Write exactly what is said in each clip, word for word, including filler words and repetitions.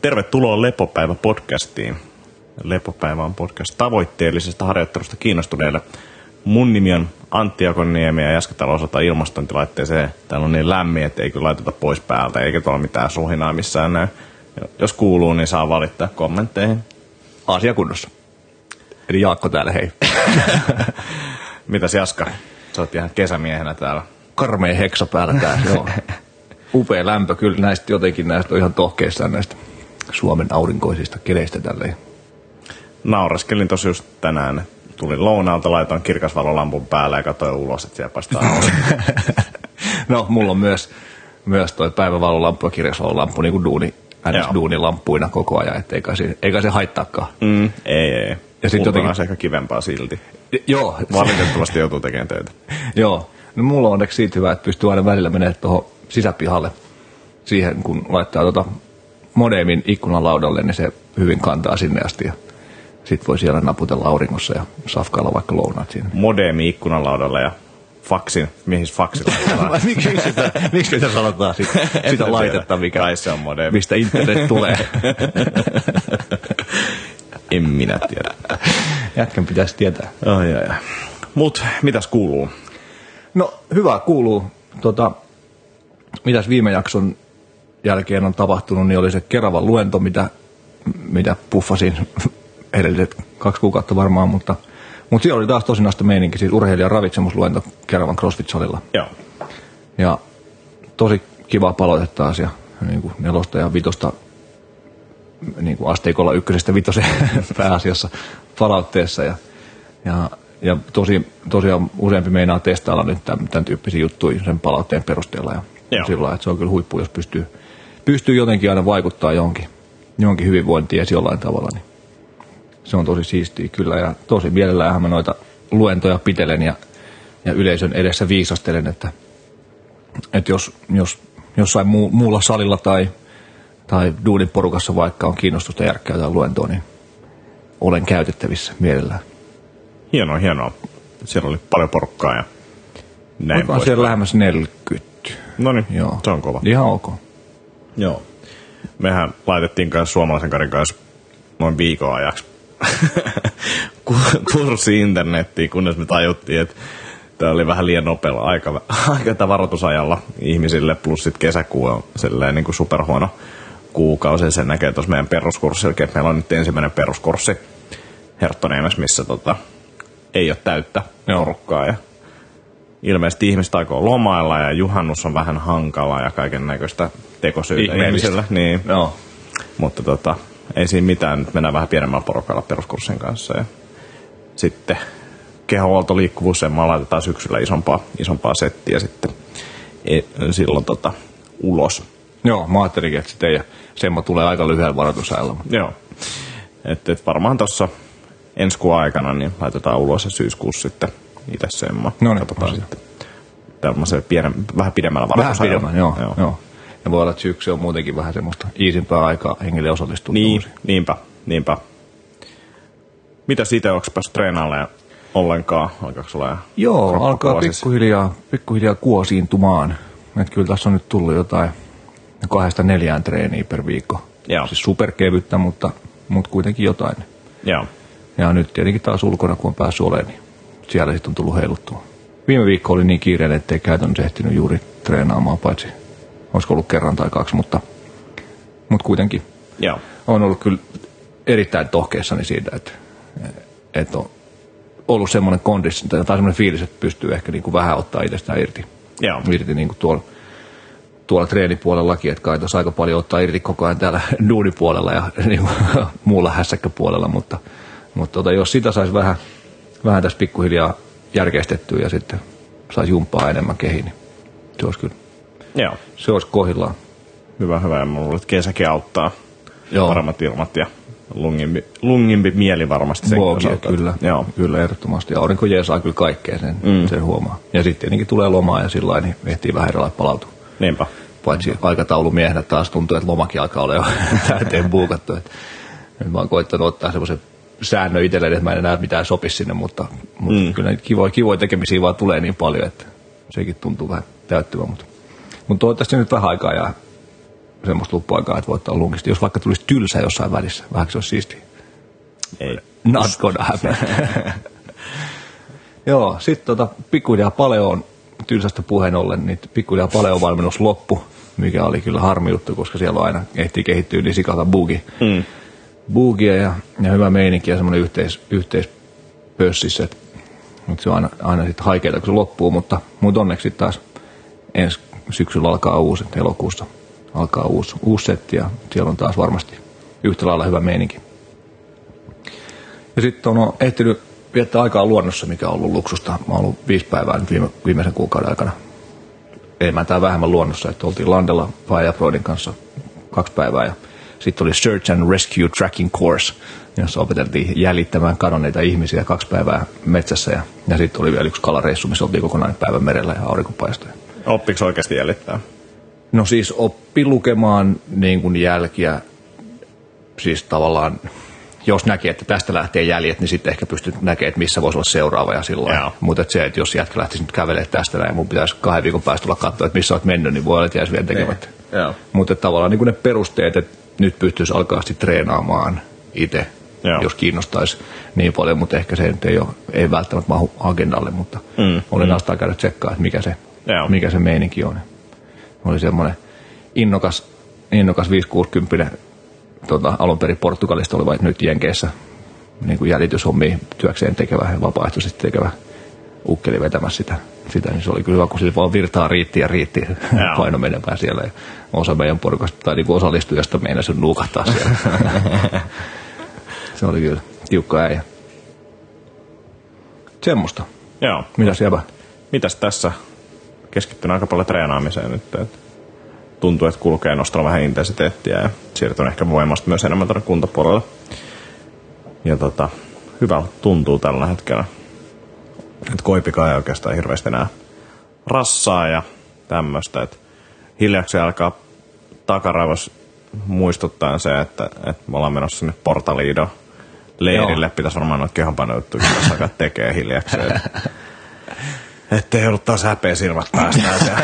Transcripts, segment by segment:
Tervetuloa Lepopäivä-podcastiin. Lepopäivä on podcast tavoitteellisesta harjoittelusta kiinnostuneille. Mun nimi on Antti Akoniemi ja jatketaan osata ilmastointilaitteeseen. Täällä on niin lämmin, että ei kyllä laiteta pois päältä, eikä tuolla mitään suhinaa missään näy. Jos kuuluu, niin saa valittaa kommentteihin. Asia kunnossa. Eli Jaakko täällä, hei. Mitäs Jaskari? Sä oot ihan kesämiehenä täällä. Karmea heksa päällä täällä, joo. Upea lämpö kyllä näistä jotenkin, näistä on ihan tohkeissaan näistä Suomen aurinkoisista keleistä tälleen. Naureskelin tosi just tänään. Tulin lounaalta, laitoin kirkasvalolampun päälle ja katsoin ulos, että siellä paistaa aurinko. No, mulla on myös, myös toi päivävalolamppu ja kirkasvalolamppu niin kuin duuni, äänes duunilampuina koko ajan, että eikä se, eikä se haittaakaan. Mm, ei, ei. Ja sitten jotenkin... on se ehkä kivempaa silti. Joo. Valitettavasti joutuu tekemään töitä. Joo. No mulla on onneksi siitä hyvä, että pystyy aina välillä menemään tuohon sisäpihalle. Siihen, kun laittaa tota modemin ikkunalaudalle, niin se hyvin kantaa sinne asti. Ja sit voi siellä naputella auringossa ja safkailla vaikka lounaat siinä. Modemi ikkunalaudalle ja faksin. Mihin faksilla laitetaan? Miksi sitä, miksi sitä sanotaan sitä, sitä laitetta, mikä, se on modemi. Mistä internet tulee? En minä tiedä. Jätkän pitäisi tietää. Ai, ai, ai. Mut mitäs kuuluu? No hyvä kuuluu. Tota, mitäs viime jakson jälkeen on tapahtunut, niin oli se Keravan luento, mitä, mitä puffasin edelliset kaksi kuukautta varmaan, mutta, mutta siellä oli taas tosinaista meininki, siis urheilijan ravitsemusluento Keravan CrossFit-salilla. Joo. Ja tosi kiva palautetta taas ja niin kuin nelosta ja vitosta niin kuin asteikolla ykkösestä vitoseen pääasiassa palautteessa ja, ja, ja tosi, tosiaan useampi meinaa testailla nyt tämän, tämän tyyppisiä juttuja sen palautteen perusteella ja sillä lailla, että se on kyllä huippu, jos pystyy, pystyy jotenkin aina vaikuttaa johonkin, johonkin hyvinvointiin edes jollain tavalla, niin se on tosi siistiä kyllä ja tosi mielelläänhän mä noita luentoja pitelen ja, ja yleisön edessä viisastelen, että, että jos, jos jossain muu, muulla salilla tai, tai duunin porukassa vaikka on kiinnostusta järkkää jotain luentoa, niin olen käytettävissä mielellään. Hienoa, hienoa. Siellä oli paljon porukkaa ja näin pois. Siellä lähemmäs neljäkymmentä. No niin, se on kova. Ihan ok. Joo. Mehän laitettiin kanssa suomalaisen Karin kanssa noin viikon ajaksi kurssi internettiin, kunnes me tajuttiin, että tämä oli vähän liian nopealla aika, aika varoitusajalla ihmisille, plus sitten kesäkuu on sellainen niin kuin superhuono kuukausi. Sen näkee tuossa meidän peruskurssilla, että meillä on nyt ensimmäinen peruskurssi Herttoniemessä, missä tota, ei ole täyttä porukkaa. Ja ilmeisesti ihmiset aikoo lomailla ja juhannus on vähän hankala ja kaiken näköistä tekosyytä ihmisillä. Niin. Joo. Mutta tota, ei siinä mitään, nyt mennään vähän pienemmällä porukalla peruskurssin kanssa. Ja sitten kehohuolto, liikkuvuus, sen laitetaan syksyllä isompaa, isompaa settiä sitten e, silloin tota, ulos. Joo, mä ajattelinkin, että se teidän semmo tulee aika lyhyellä varoitusajalla. Joo, että et varmaan tuossa ensi kuun aikana niin laitetaan ulos ja syyskuussa sitten itse semmo. No niin, katsotaan sitten tämmöisen pienen, vähän pidemmällä varoitusajalla. Vähän pidemmän, joo, joo. joo. Ja voi olla, että syksy on muutenkin vähän semmoista iisimpää aikaa hengille osallistua. Niin, niinpä, niinpä. Mitä siitä, onko päässyt treenaamaan ollenkaan? Alkaako sulla Joo, alkaa pikkuhiljaa, pikkuhiljaa kuosiintumaan. Että kyllä tässä on nyt tullut jotain kahdesta neljään treeniä per viikko. Joo. Siis superkevyttä, mutta, mutta kuitenkin jotain. Joo. Ja nyt tietenkin taas ulkona, kun on päässyt olemaan, niin siellä sitten on tullut heiluttua. Viime viikko oli niin kiireinen, ettei käytännössä ehtinyt juuri treenaamaan, paitsi olisiko ollut kerran tai kaksi, mutta, mutta kuitenkin. Joo. On ollut kyllä erittäin tohkeissani siitä, että, että on ollut semmoinen kondissio tai semmoinen fiilis, että pystyy ehkä niin kuin vähän ottaa itsestään irti. Joo. Irti niin kuin tuolla, tuolla treenipuolellakin, että kai tuossa aika paljon ottaa irti koko ajan täällä duunipuolella ja niin kuin muulla hässäkkäpuolella, mutta, mutta tota, jos sitä saisi vähän, vähän tässä pikkuhiljaa järkeistettyä ja sitten saisi jumppaa enemmän kehiin, niin se olisi kyllä. Joo. Se olisi kohdillaan. Hyvä, hyvä. Mä luulen, että kesäkin auttaa. Joo. Paremmat ilmat ja lungimpi, lungimpi mieli varmasti sen osalta. Kyllä, Joo. kyllä ehdottomasti. Aurinko jeesaa kyllä kaikkea, sen, mm. sen huomaa. Ja sitten tietenkin tulee lomaa ja sillä lailla, niin ehtii vähän erilainen palautua. Niinpä. Paitsi aikataulumiehenä taas tuntuu, että lomakin alkaa olla jo täyteen buukattu. Nyt mä oon koittanut ottaa semmoisen säännön itselleen, että mä en enää mitään sopisi sinne, mutta, mutta mm. kyllä kivoja, kivoja tekemisiä vaan tulee niin paljon, että sekin tuntuu vähän täyttyvän. Mutta, mutta toivottavasti nyt vähän aikaa jää semmoista luppuaikaa, että voi ottaa lunkisti. Jos vaikka tulisi tylsä jossain välissä, vähän se olisi siistiä. Ei. Not gonna happen. Joo, sitten tota, pikkuhiljaa paleoon, tylsästä puheen ollen, niin pikkuhiljaa paleovalmennus loppu, mikä oli kyllä harmi juttu, koska siellä aina ehtii kehittyä niin sikata boogie. Mm. Boogie ja, ja hyvä meininki ja semmoinen yhteis, yhteispössissä, että Mutta se on aina, aina sitten haikeeta, kun se loppuu, mutta, mutta onneksi taas ensi syksyllä alkaa uusi, elokuussa alkaa uusi, uusi setti ja siellä on taas varmasti yhtä lailla hyvä meininki. Ja sitten on ehtinyt viettää aikaa luonnossa, mikä on ollut luksusta. Mä oon ollut viisi päivää nyt viime, viimeisen kuukauden aikana enemmän tai vähemmän luonnossa, että oltiin Landella Faija Broidin kanssa kaksi päivää ja sitten oli Search and Rescue Tracking Course, jossa opeteltiin jäljittämään kadonneita ihmisiä kaksi päivää metsässä. Ja, ja sitten oli vielä yksi kalareissu, missä oltiin kokonainen päivä merellä ja aurinkopaistoi. Oppiko oikeasti jäljittää? No siis oppi lukemaan niin kuin jälkiä, siis tavallaan, jos näkee, että tästä lähtee jäljet, niin sitten ehkä pystyt näkemään, että missä voisi olla seuraava ja silloin. Mutta se, että jos jätkä lähtisi nyt kävelemään tästä näin, mun pitäisi kahden viikon päästä tulla katsoa, että missä olet mennyt, niin voi olla, että jäisi vielä tekemättä. Mutta tavallaan niin kuin ne perusteet, että nyt pystyisi alkaa sitten treenaamaan itse, Joo. jos kiinnostaisi niin paljon, mutta ehkä se ei, ole, ei välttämättä mahu agendalle, mutta mm. olin astaa käydä tsekkaa, että mikä se, mikä se meininki on. Oli semmoinen innokas, innokas viisi kuusikymmentä tota, alun perin Portugalista oli vain nyt Jenkeissä niin kuin jäljityshommia työkseen tekevä ja vapaaehtoisesti tekevä ukkeli vetämässä sitä, sitä, niin se oli kyllä hyvä, kun sillä vaan virtaa riitti ja riitti paino menemään siellä. Ja osa meidän porukasta tai niin osallistujasta meinasi nuukahtaa siellä. Se oli kyllä tiukka äijä. Semmosta. Joo. Mitäs jäbä? Mitäs tässä? Keskittyn aika paljon treenaamiseen nyt. Että tuntuu, että kulkee nostaa vähän intensiteettiä ja siirtyn ehkä voimasta myös enemmän tuonne kuntapuolelle. Ja tota, hyvä tuntuu tällä hetkellä. Että koipikaan ei oikeastaan hirveästi enää rassaa ja tämmöistä. Että hiljaksi alkaa takaraivos muistuttaa se, että, että me ollaan menossa sinne Portaliidon leirille. Joo. Pitäisi varmaan noita kehonpainojuttuja, kun tässä alkaa tekee hiljaksi. Ettei joudut taas häpeä silmät päästään siellä.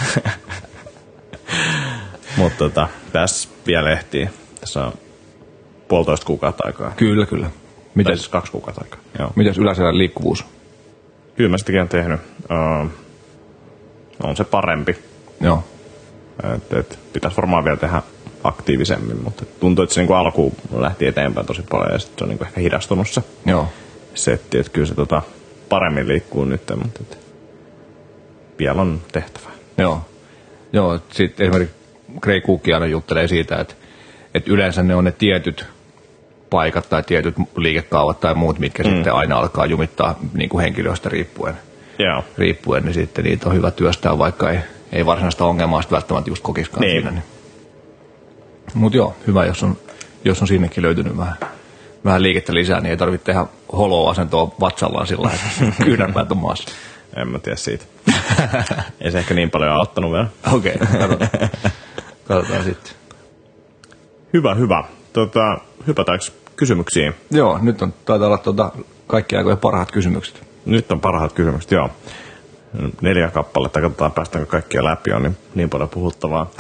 Mutta tota, tässä vielä ehtii. Tässä on puolitoista kuukautta aikaa. Kyllä, kyllä. Mites, siis kaksi kuukautta aikaa. Joo. Mites yleensä liikkuvuus? Kyllä mä sitäkin olen tehnyt. Uh, on se parempi. Joo. Et, et, pitäisi varmaan vielä tehdä aktiivisemmin, mutta tuntuu, että se niinku alkuun lähti eteenpäin tosi paljon ja sitten se on niinku ehkä hidastunut se Joo. setti. Että kyllä se tota, paremmin liikkuu nyt, mutta et, vielä on tehtävää. Joo. Joo, sitten esimerkiksi Gray Cook aina juttelee siitä, että, että yleensä ne on ne tietyt paikat tai tietyt liikekaavat tai muut, mitkä mm. sitten aina alkaa jumittaa niin kuin henkilöistä riippuen. Yeah. riippuen, niin sitten niitä on hyvä työstää, vaikka ei, ei varsinaista ongelmaa sitten välttämättä just kokiskaan niin. siinä. Niin. Mutta joo, hyvä, jos on, jos on sinnekin löytynyt vähän, vähän liikettä lisää, niin ei tarvitse tehdä holo-asentoa vatsallaan sillä lailla, että kyynärpäät on maassa. En mä tiedä siitä. Ei se ehkä niin paljon auttanut vielä. Okei, okay, katsotaan. katsotaan sitten. Hyvä, hyvä. Tota, hypätäänkö kysymyksiin? Joo, nyt on, taitaa olla tuota, kaikki aikojen parhaat kysymykset. Nyt on parhaat kysymykset, joo. Neljä kappaletta, katsotaan päästäänkö kaikkia läpi, on niin, niin paljon puhuttavaa.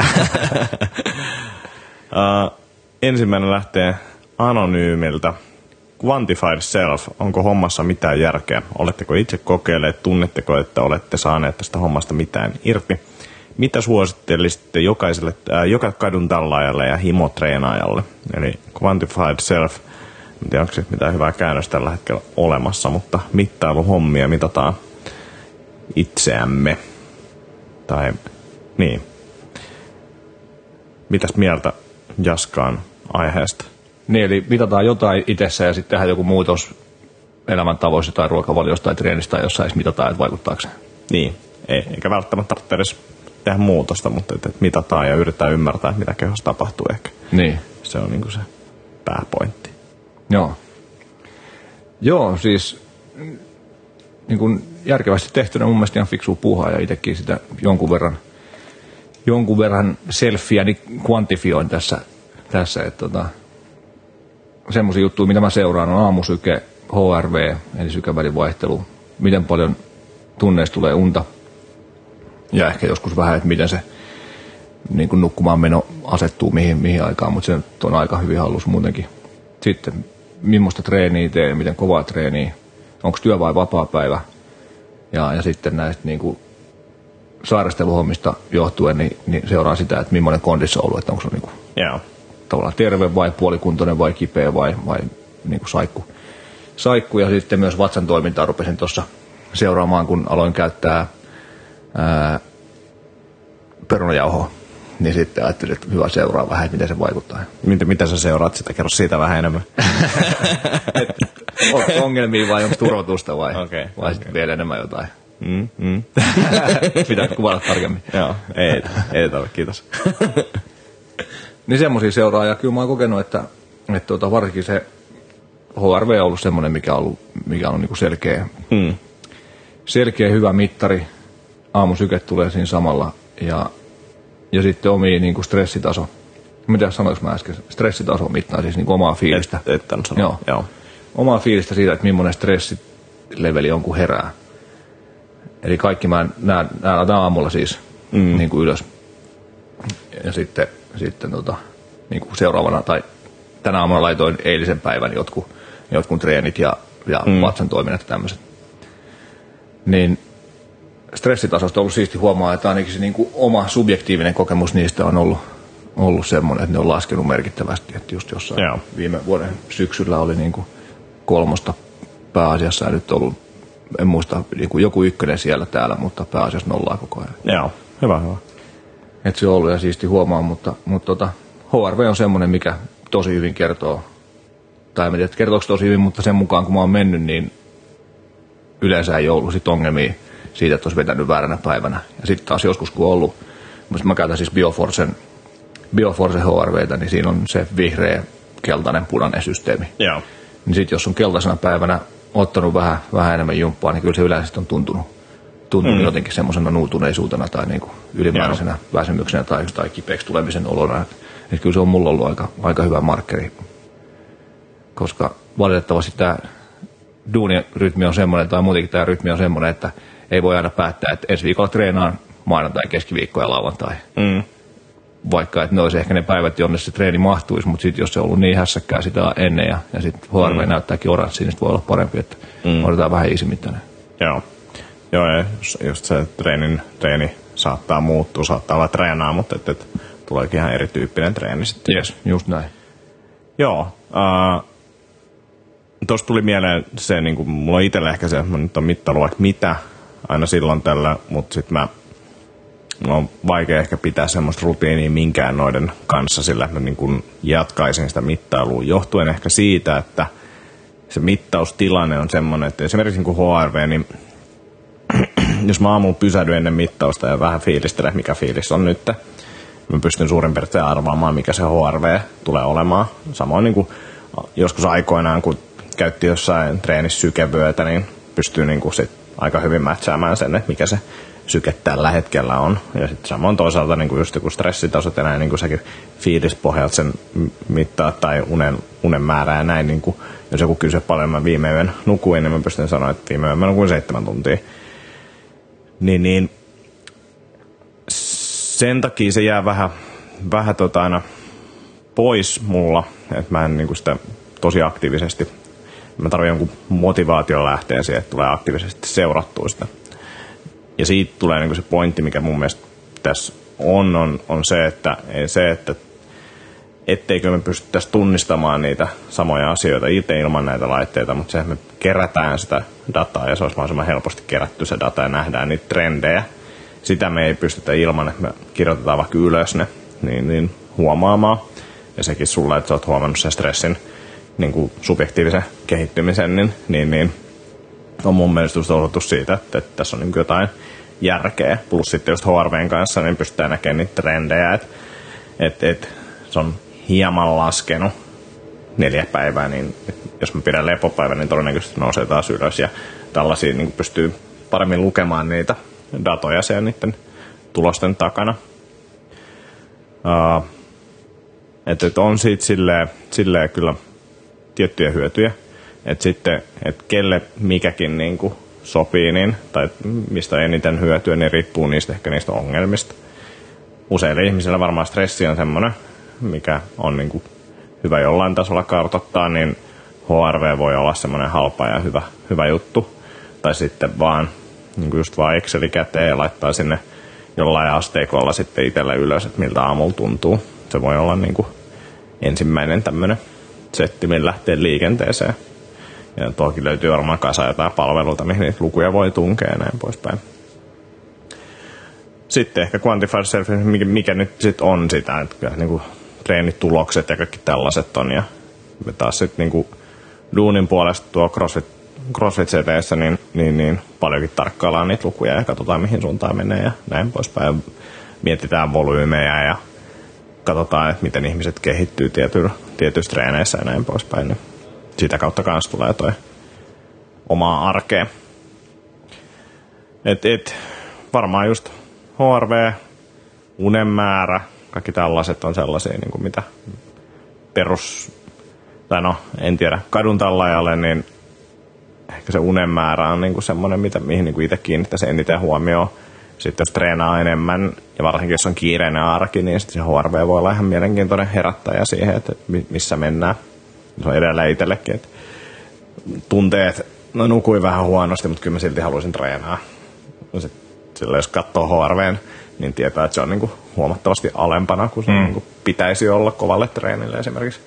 uh, ensimmäinen lähtee anonyymiltä. Quantified self, onko hommassa mitään järkeä? Oletteko itse kokeilleet, tunnetteko, että olette saaneet tästä hommasta mitään irti? Mitä suosittelisitte jokaiselle, äh, joka kadun tallaajalle ja himotreenaajalle? Eli Quantified self, en tiedä onko se mitään hyvää käännöstä tällä hetkellä olemassa, mutta mittailuhommia mitataan itseämme. Tai niin. Mitäs mieltä Jaskaan aiheesta? Niin, eli mitataan jotain itsessä ja sitten tehdään joku muutos elämäntavoissa tai ruokavaliosta tai treenistä tai jossain mitataan, että vaikuttaako se. Niin, ei, eikä välttämättä tarvitse edes tehdä muutosta, mutta että mitataan ja yritetään ymmärtää, mitä kehossa tapahtuu ehkä. Niin. Se on niinku se pääpointti. Joo. Joo, siis niin kuin järkevästi tehtynä mun mielestä ihan fiksua puuhaa ja itsekin sitä jonkun verran, jonkun verran selfieäni kvantifioin tässä, tässä että tota, semmoisia juttuja, mitä mä seuraan, on aamusyke, H R V, eli sykevälivaihtelu, miten paljon tunneista tulee unta, ja ehkä joskus vähän, että miten se, niin kuin nukkumaan meno asettuu mihin, mihin aikaan, mutta se on aika hyvin hallussa muutenkin. Sitten millaista treeniä teen, miten kovaa treeniä, onko työ vai vapaa päivä. Ja, ja sitten näistä niin kuin sairasteluhommista johtuen niin, niin seuraa sitä, että millainen kondissa on ollut, että onko se niin kuin yeah. tavallaan terve vai puolikuntoinen vai kipeä vai, vai niin kuin saikku. saikku. Ja sitten myös vatsan toimintaa rupesin tuossa seuraamaan, kun aloin käyttää ää, perunajauhoa. Niin sitten ajattelin, että hyvä seuraa vähän, että miten se vaikuttaa. Mitä, mitä sä seuraat sitä? Kerro siitä vähän enemmän. Onko ongelmia vai onko turvotusta vai, okay, vai okay. sitten vielä enemmän jotain? Mm, mm. Pitääkö kuvata tarkemmin? Joo, ei, ei tarvitse, kiitos. Niin semmoisia seuraa, ja kyllä mä oon kokenut, että, että tuota, varsinkin se H R V on ollut semmoinen, mikä on ollut, mikä on ollut niinku selkeä, mm. selkeä hyvä mittari. Aamusyke tulee siinä samalla, ja, ja sitten omia niinku stressitaso. Mitä sanoinko mä äsken? Stressitaso mittaa siis niinku omaa fiilistä. Et, et sano. Joo. Joo. Omaa fiilistä siitä, että millainen stressileveli on, kun herää. Eli kaikki mä näen, näen aamulla siis mm. niin kuin ylös. Ja sitten, sitten tota, niin kuin seuraavana, tai tänä aamuna laitoin eilisen päivän jotkut, jotkut treenit ja, ja mm. vatsan toiminnat ja tämmöiset. Niin stressitasosta on ollut siisti huomaa, että ainakin se niin kuin oma subjektiivinen kokemus niistä on ollut, ollut semmoinen, että ne on laskenut merkittävästi. Että just jossain yeah. viime vuoden syksyllä oli niin kuin kolmosta pääasiassa ja nyt on ollut, en muista, joku ykkönen siellä täällä, mutta pääasiassa nollaa koko ajan. Joo, hyvä, hyvä. Että se on ollut ja siisti huomaa, mutta, mutta tota, H R V on semmoinen, mikä tosi hyvin kertoo, tai en tiedä, kertooko tosi hyvin, mutta sen mukaan kun mä oon mennyt, niin yleensä ei ollut sit ongelmia siitä, että olisi vetänyt vääränä päivänä. Ja sitten taas joskus kun on ollut, mä käytän siis Bioforcen, Bioforce H R V:tä, niin siinä on se vihreä, keltainen, punainen systeemi. Joo. Niin sitten jos on keltaisena päivänä ottanut vähän, vähän enemmän jumppaa, niin kyllä se yleensä on tuntunut, tuntunut mm. jotenkin semmoisena nuutuneisuutena tai niinku ylimääräisenä Joo. väsymyksenä tai, tai kipeäksi tulemisen olona. Että et kyllä se on mulla ollut aika, aika hyvä markkeri, koska valitettavasti tämä duunirytmi on semmoinen, tai muutenkin tämä rytmi on semmoinen, että ei voi aina päättää, että ensi viikolla treenaan maanantai, keskiviikko ja lauantai. Mm. Vaikka että ne olisi ehkä ne päivät, jonne se treeni mahtuisi, mutta sitten jos se on ollut niin hässäkkää sitä ennen ja, ja sitten H R V mm. näyttääkin oranssi, niin voi olla parempi, että mm. otetaan vähän easy-mittainen. Joo, Joo ja just se treenin, treeni saattaa muuttua, saattaa olla treenaa, mutta et, et, tuleekin ihan erityyppinen treeni sitten. Jes, just näin. Joo, uh, tuossa tuli mieleen se, niin kuin, mulla on itsellä ehkä se, että mä nyt on mittailua, että mitä aina silloin tällä, mutta sitten mä mulla on vaikea ehkä pitää semmoista rutiinia minkään noiden kanssa, sillä että mä niin kuin jatkaisin sitä mittailua johtuen ehkä siitä, että se mittaustilanne on semmoinen, että esimerkiksi niin kuin H R V, niin jos mä aamulla pysähdyn ennen mittausta ja vähän fiilistelen, mikä fiilis on nyt, mä pystyn suurin piirtein arvaamaan, mikä se H R V tulee olemaan. Samoin niin kuin joskus aikoinaan, kun käytti jossain treenissä sykevyötä, niin pystyy niin kuin sit aika hyvin matchaamaan sen, että mikä se syke tällä hetkellä on. Ja sitten samoin toisaalta niin kuin just joku stressitasot ja näin, niin kuin säkin fiilispohjalta sen mittaa tai unen, unen määrää ja näin. Niin kuin, jos joku kysyy paljon mä viime yön nukuin, niin mä pystyn sanoa, että viime yön mä nukuin seitsemän tuntia. Niin, niin sen takia se jää vähän, vähän tota aina pois mulla, että mä en niin kuin sitä tosi aktiivisesti, mä tarvitsen jonkun motivaation lähteen siihen, että tulee aktiivisesti seurattua sitä. Ja siitä tulee niin kuin se pointti, mikä mun mielestä tässä on, on, on se, että, se, että etteikö me pystyttäisi tunnistamaan niitä samoja asioita itse ilman näitä laitteita, mutta se, että me kerätään sitä dataa ja se olisi mahdollisimman helposti kerätty se data ja nähdään niitä trendejä. Sitä me ei pystytä ilman, että me kirjoitetaan vaikka ylös ne niin, niin huomaamaan. Ja sekin sulla, että sä oot huomannut sen stressin niin kuin subjektiivisen kehittymisen, niin, niin, niin on mun mielestä just osoitus siitä, että, että tässä on niin jotain järkeä. Plus sitten just H R V:n kanssa niin pystytään näkemään niitä trendejä, että et, et, se on hieman laskenut neljä päivää, niin jos mä pidän lepopäivän, niin todennäköisesti nousee taas ylös ja tällaisia niin pystyy paremmin lukemaan niitä datoja siellä niiden tulosten takana. Uh, että et on siitä silleen, silleen kyllä tiettyjä hyötyjä. Että sitten, että kelle mikäkin niin kuin sopii, niin, tai mistä eniten hyötyä, niin riippuu niistä ehkä niistä ongelmista. useille ihmisille varmaan stressi on semmoinen, mikä on niin kuin hyvä jollain tasolla kartoittaa, niin H R V voi olla semmoinen halpa ja hyvä, hyvä juttu. Tai sitten vaan niin kuin just vaan Exceli käteen ja laittaa sinne jollain asteikolla sitten itselle ylös, että miltä aamulla tuntuu. Se voi olla niin kuin ensimmäinen tämmöinen setti, millä lähtee liikenteeseen. Ja tuokin löytyy varmaan kasa jotain palveluita, mihin niitä lukuja voi tunkea ja näin poispäin. Sitten ehkä Quantified Self, mikä, mikä nyt sitten on sitä, että niin kuin treenitulokset ja kaikki tällaiset on. Ja me taas sitten niin kuin duunin puolesta tuo CrossFit, CrossFit-seteissä niin, niin, niin paljonkin tarkkaillaan niitä lukuja ja katsotaan mihin suuntaan menee ja näin poispäin. Mietitään volyymeja ja katsotaan, että miten ihmiset kehittyy tiety, tietyissä treeneissä ja näin poispäin. Niin sitä kautta kanssa tulee toi omaa arkea. Et, et, varmaan just H R V, unen määrä, kaikki tällaiset on sellaisia, niin kuin mitä perus, tai no en tiedä, kadun tallajalle, niin ehkä se unen määrä on niin kuin semmoinen, mitä, mihin niin kuin itse kiinnittäisi eniten huomioon. Sitten jos treenaa enemmän, ja varsinkin jos on kiireinen arki, niin sitten se H R V voi olla ihan mielenkiintoinen herättäjä siihen, että missä mennään. Se on edelleen itsellekin, että tunteet, no nukuin vähän huonosti, mutta kyllä mä silti haluaisin treenaa. Sillä jos katsoo H R V:n, niin tietää, että se on niin kuin huomattavasti alempana, kuin se mm. niin kuin pitäisi olla kovalle treenille esimerkiksi.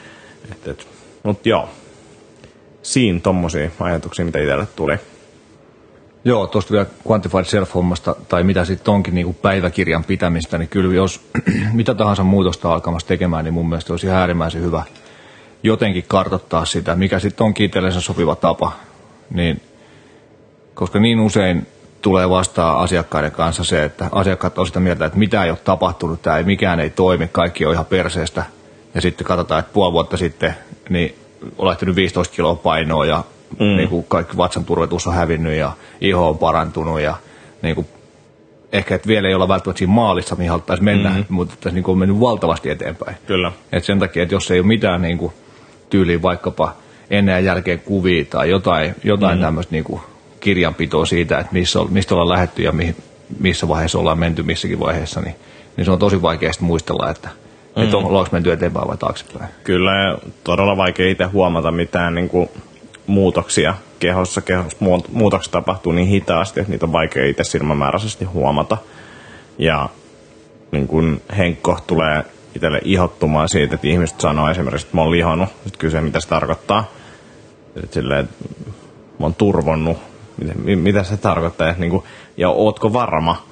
Mutta joo, siinä tommosia ajatuksia, mitä itselle tuli. Joo, tuosta vielä Quantified Self-hommasta, tai mitä sitten onkin niin kuin päiväkirjan pitämistä, niin kyllä jos mitä tahansa muutosta alkamassa tekemään, niin mun mielestä olisi ihan äärimmäisen hyvä jotenkin kartoittaa sitä, mikä sitten onkin itsellensä sopiva tapa. Niin, koska niin usein tulee vastaan asiakkaiden kanssa se, että asiakkaat on sitä mieltä, että mitään ei ole tapahtunut, tämä ei, mikään ei toimi, kaikki on ihan perseestä. Ja sitten katsotaan, että puoli vuotta sitten niin on lähtenyt viisitoista kiloa painoa ja mm. niin kuin kaikki vatsan turvetus on hävinnyt ja iho on parantunut ja niin kuin, ehkä että vielä ei olla välttämättä siinä maalissa, mihin haluttaisiin mennä, mm-hmm. mutta tässä niin kuin on mennyt valtavasti eteenpäin. Kyllä. Et sen takia, että jos ei ole mitään niin kuin, tyyliä vaikkapa ennen ja jälkeen kuvia tai jotain, jotain mm-hmm. tämmöistä niin kuin kirjanpitoa siitä, että missä on, mistä ollaan lähdetty ja mihin, missä vaiheessa ollaan menty missäkin vaiheessa, niin, niin se on tosi vaikea muistella, että mm. että on, ollaanko menty eteenpäin vai taaksepäin. Kyllä, ja todella vaikea itse huomata mitään niin kuin muutoksia kehossa. Kehossa muutokset tapahtuu niin hitaasti, että niitä on vaikea itse silmämääräisesti huomata. Ja niin kuin Henkko tulee itselle ihottumaan siitä, että ihmiset sanoo esimerkiksi, että mä oon lihonnut. Sitten kysyy, mitä se tarkoittaa. Sitten silleen, että mä oon turvonnut. Mitä, mitä se tarkoittaa? Että niin kuin, ja ootko varma?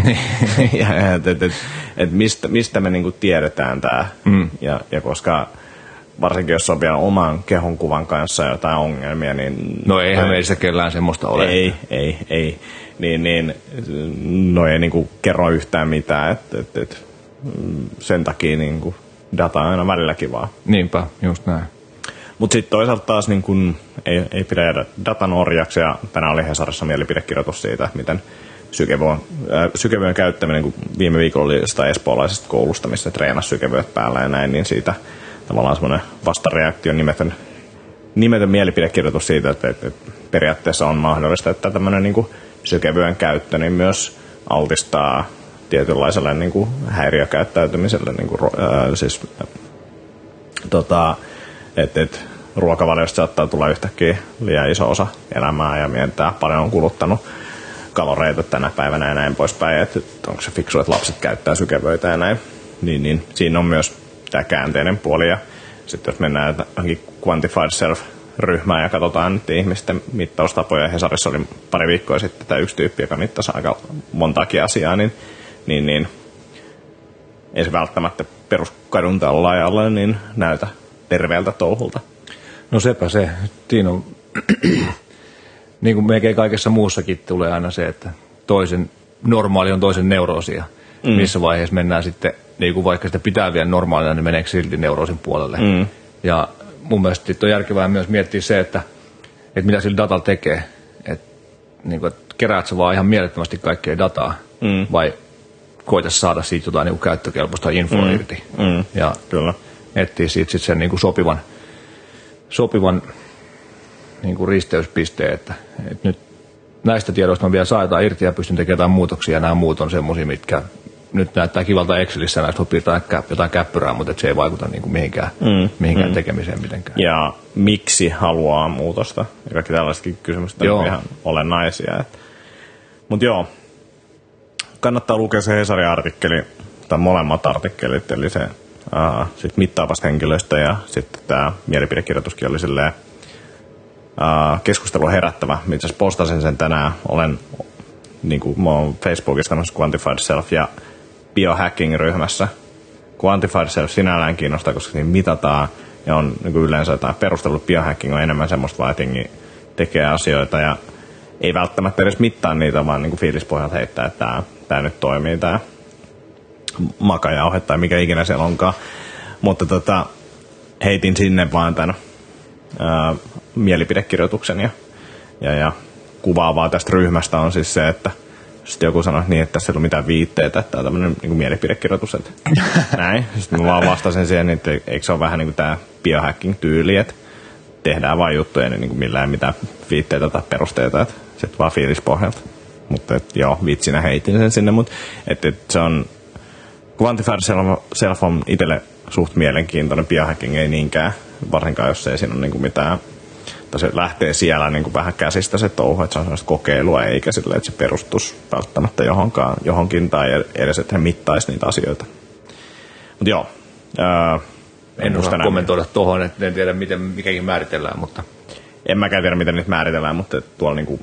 ja, et, et, et, et mistä, mistä me niin kuin tiedetään tämä? Mm. Ja, ja koska varsinkin jos on vielä oman kehonkuvan kanssa jotain ongelmia, niin... No eihän meissä kellään semmoista ole. Ei, ei, ei. Niin, niin no ei niin kuin kerro yhtään mitään. Et, et, et, sen takia niin kuin data on aina välillä kivaa. Niinpä, just näin. Mutta sitten toisaalta taas niin kun ei, ei pidä jäädä datan orjaksi, ja tänään oli Hesarissa mielipidekirjoitus siitä, miten sykevyön, äh, sykevyön käyttäminen, kun viime viikolla oli sitä espoolaisesta koulusta, missä treenasi sykevyöt päällä ja näin, niin siitä tavallaan semmoinen vastareaktio, nimetön, nimetön mielipidekirjoitus siitä, että, että, että periaatteessa on mahdollista, että tämmöinen niin sykevyön käyttö niin myös altistaa tietynlaiselle niin kuin häiriökäyttäytymiselle, niin kuin, äh, siis tota, että et, ruokavaliosta saattaa tulla yhtäkkiä liian iso osa elämää ja mietitään paljon on kuluttanut kaloreita tänä päivänä ja näin poispäin, että onko se fiksu, että lapset käyttää sykevöitä ja näin, niin, niin siinä on myös tämä käänteinen puoli. Ja sitten jos mennään johonkin Quantified Self-ryhmään ja katsotaan nyt ihmisten mittaustapoja, Hesarissa oli pari viikkoa sitten tämä yksi tyyppi, joka mittasi aika montaakin asiaa, niin, niin, niin ei se välttämättä peruskadun tällä niin näytä terveeltä touhulta. No sepä se. Siinä on, niin kuin melkein kaikessa muussakin tulee aina se, että toisen normaali on toisen neuroosia. Mm. Missä vaiheessa mennään sitten, niin kuin vaikka sitä pitää vielä normaalina, niin meneekö silti neuroosin puolelle. Mm. Ja mun mielestä on järkevää myös miettiä se, että, että mitä sillä datalla tekee. Että, niin kuin, että keräät sä vaan ihan mielettömästi kaikkea dataa, mm. vai koita saada siitä jotain niin kuin käyttökelpoista infoa mm. irti. Mm. Ja kyllä. Etsiä siitä sit sen niin kuin sopivan, sopivan niin kuin risteyspisteen, että, että nyt näistä tiedoista mä vielä saa jotain irti ja pystyn tekemään muutoksia, ja nämä muut on semmoisia, mitkä nyt näyttää kivalta Excelissä, näistä piirtää jotain käppyrää, mutta se ei vaikuta niin kuin mihinkään, mm. mihinkään mm. tekemiseen mitenkään. Ja miksi haluaa muutosta? Ja kaikki tällaisetkin kysymykset on ihan olennaisia. Mutta joo, kannattaa lukea se Hesarin artikkeli, tai molemmat artikkelit, eli se uh, sit mittaavasta henkilöistä ja sitten tämä mielipidekirjoituskin oli silleen uh, keskustelua herättävä. Itse asiassa postasin sen tänään, olen niin kuin mä oon Facebookissa tämmöisessä Quantified Self ja biohacking-ryhmässä. Quantified Self sinällään kiinnostaa, koska siinä mitataan ja on niin kuin yleensä jotain perustellut. Biohacking on enemmän semmoista vaan, että jengi tekee asioita ja ei välttämättä edes mittaa niitä, vaan niin kuin fiilispohjalta heittää, että tämä, tämä nyt toimii, tämä makajauhe tai mikä ikinä siellä onkaan. Mutta tota, heitin sinne vaan tämän ää, mielipidekirjoituksen ja, ja, ja kuvaavaa tästä ryhmästä on siis se, että sitten joku sanoi niin, että tässä ei ole mitään viitteitä, että tämä on tämmöinen niin mielipidekirjoitus, että näin. Sitten mä vaan vastasin siihen, että eikö se ole vähän niin kuin tämä biohacking-tyyli, että tehdään vaan juttuja, niin kuin millään mitään viitteitä tai perusteita, että sitten vaan fiilispohjalta. Mutta joo, vitsinä heitin sen sinne, mutta että et se on, Quantified Self on itselle suht mielenkiintoinen, biohacking ei niinkään, varsinkaan jos ei siinä ole niin kuin mitään, se lähtee siellä niin kuin vähän käsistä se touhu, että se on sellaista kokeilua, eikä sillä, että se perustus välttämättä johonkaan, johonkin tai edes, että he mittaisi niitä asioita. Mutta joo. Ää, en osaa kommentoida tuohon, että en tiedä, miten mikäkin määritellään, mutta en mäkään tiedä, miten niitä määritellään, mutta tuolla niin kuin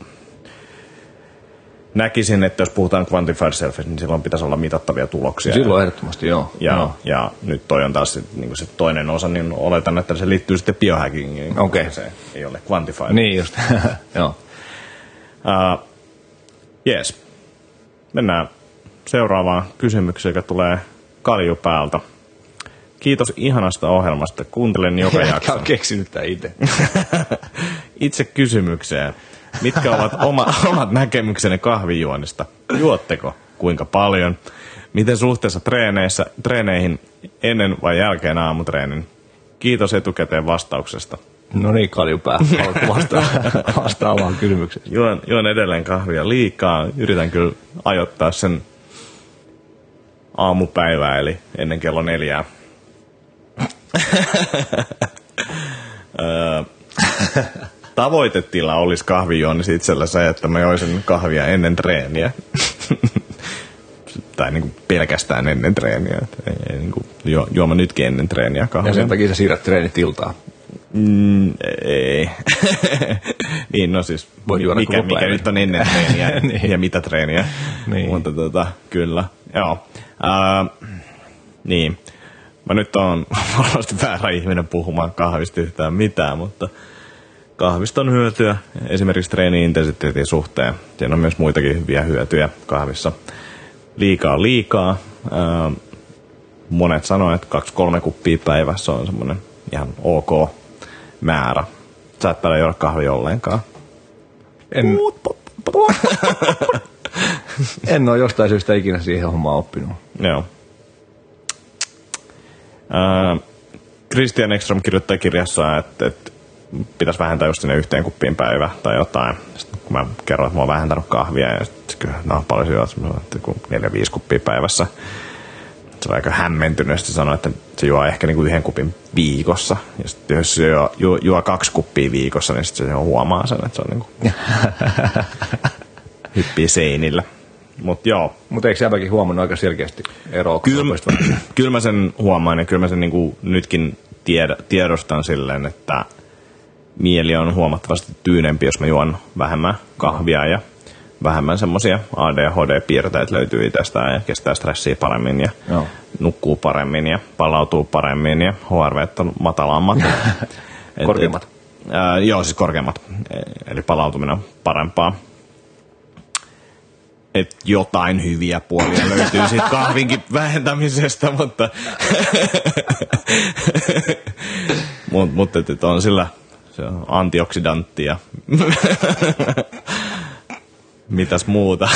näkisin, että jos puhutaan quantified self, niin silloin pitäisi olla mitattavia tuloksia. Silloin ehdottomasti, joo. Ja, no. ja nyt toi on taas sit, niin se toinen osa, niin oletan, että se liittyy sitten biohackingiin. Okei. Okay. Se ei ole quantified. Niin just, joo. Uh, yes. Mennään seuraavaan kysymykseen, joka tulee Kaljupäältä. Kiitos ihanasta ohjelmasta. Kuuntelen joka jakson. Olen keksinyt tämän itse. Itse kysymykseen. Mitkä ovat oma, omat näkemyksenne kahvijuonnista? Juotteko? Kuinka paljon? Miten suhteessa treeneissä, treeneihin ennen vai jälkeen aamutreenin? Kiitos etukäteen vastauksesta. No niin, Kaljupää. Haluatko vastaa, vastaamaan kysymykseen? Juon, juon edelleen kahvia liikaa. Yritän kyllä ajoittaa sen aamupäivää, eli ennen kello neljää. Tavoitetila olisi kahvijuonnissa itsellä se, että mä joisin kahvia ennen treeniä. Tai niin kuin pelkästään ennen treeniä. Ei, niin kuin juo, juoma nytkin ennen treeniä kahvia. Ja sen takia sä siirrät treenit iltaan. Mm, ei. Niin, no siis mikä, mikä nyt on ennen treeniä niin. Ja mitä treeniä. Niin. Mutta tota, kyllä. Joo. Uh, niin. Mä nyt oon varmasti väärä ihminen puhumaan kahvista yhtään mitään, mutta kahvista on hyötyä esimerkiksi treeni-intensiteetin suhteen. Siinä on myös muitakin hyviä hyötyjä kahvissa. Liikaa liikaa. Ää, monet sanoo, että kaksi kolme kuppia päivässä on semmoinen ihan ok määrä. Sä et päällä juoda kahvia ollenkaan. En, en ole jostain syystä ikinä siihen hommaan oppinut. Joo. Christian Ekström kirjoittaa kirjassaan, että, että pitäisi vähentää just sinne yhteen kuppiin päivä tai jotain. Sitten kun mä kerron, että mä oon vähentänyt kahvia ja sitten no, paljon syöt, neljä viisi kuppia päivässä. Se on aika hämmentynyt, sitten sanoi, että se juo ehkä niinku yhden kupin viikossa. Ja sitten jos se juo, juo, juo kaksi kuppia viikossa, niin sitten se huomaa sen, että se on niinku hyppii seinillä. Mut joo. Mutta eikö säpäkin huomannut aika selkeästi eroa? Kyllä, kyllä mä sen huomaan ja kyllä mä sen niinku nytkin tied, tiedostan silleen, että mieli on huomattavasti tyynempi, jos mä juon vähemmän kahvia ja vähemmän semmosia A D H D-piirteitä löytyy itsestään ja kestää stressiä paremmin ja joo. Nukkuu paremmin ja palautuu paremmin ja H R V:t on matalammat. Korkeammat? Et, ää, joo, siis korkeammat. Eli palautuminen on parempaa. Että jotain hyviä puolia löytyy siitä kahvinkin vähentämisestä, mutta mut, mut, et, on sillä se on antioksidantti ja mitäs muuta.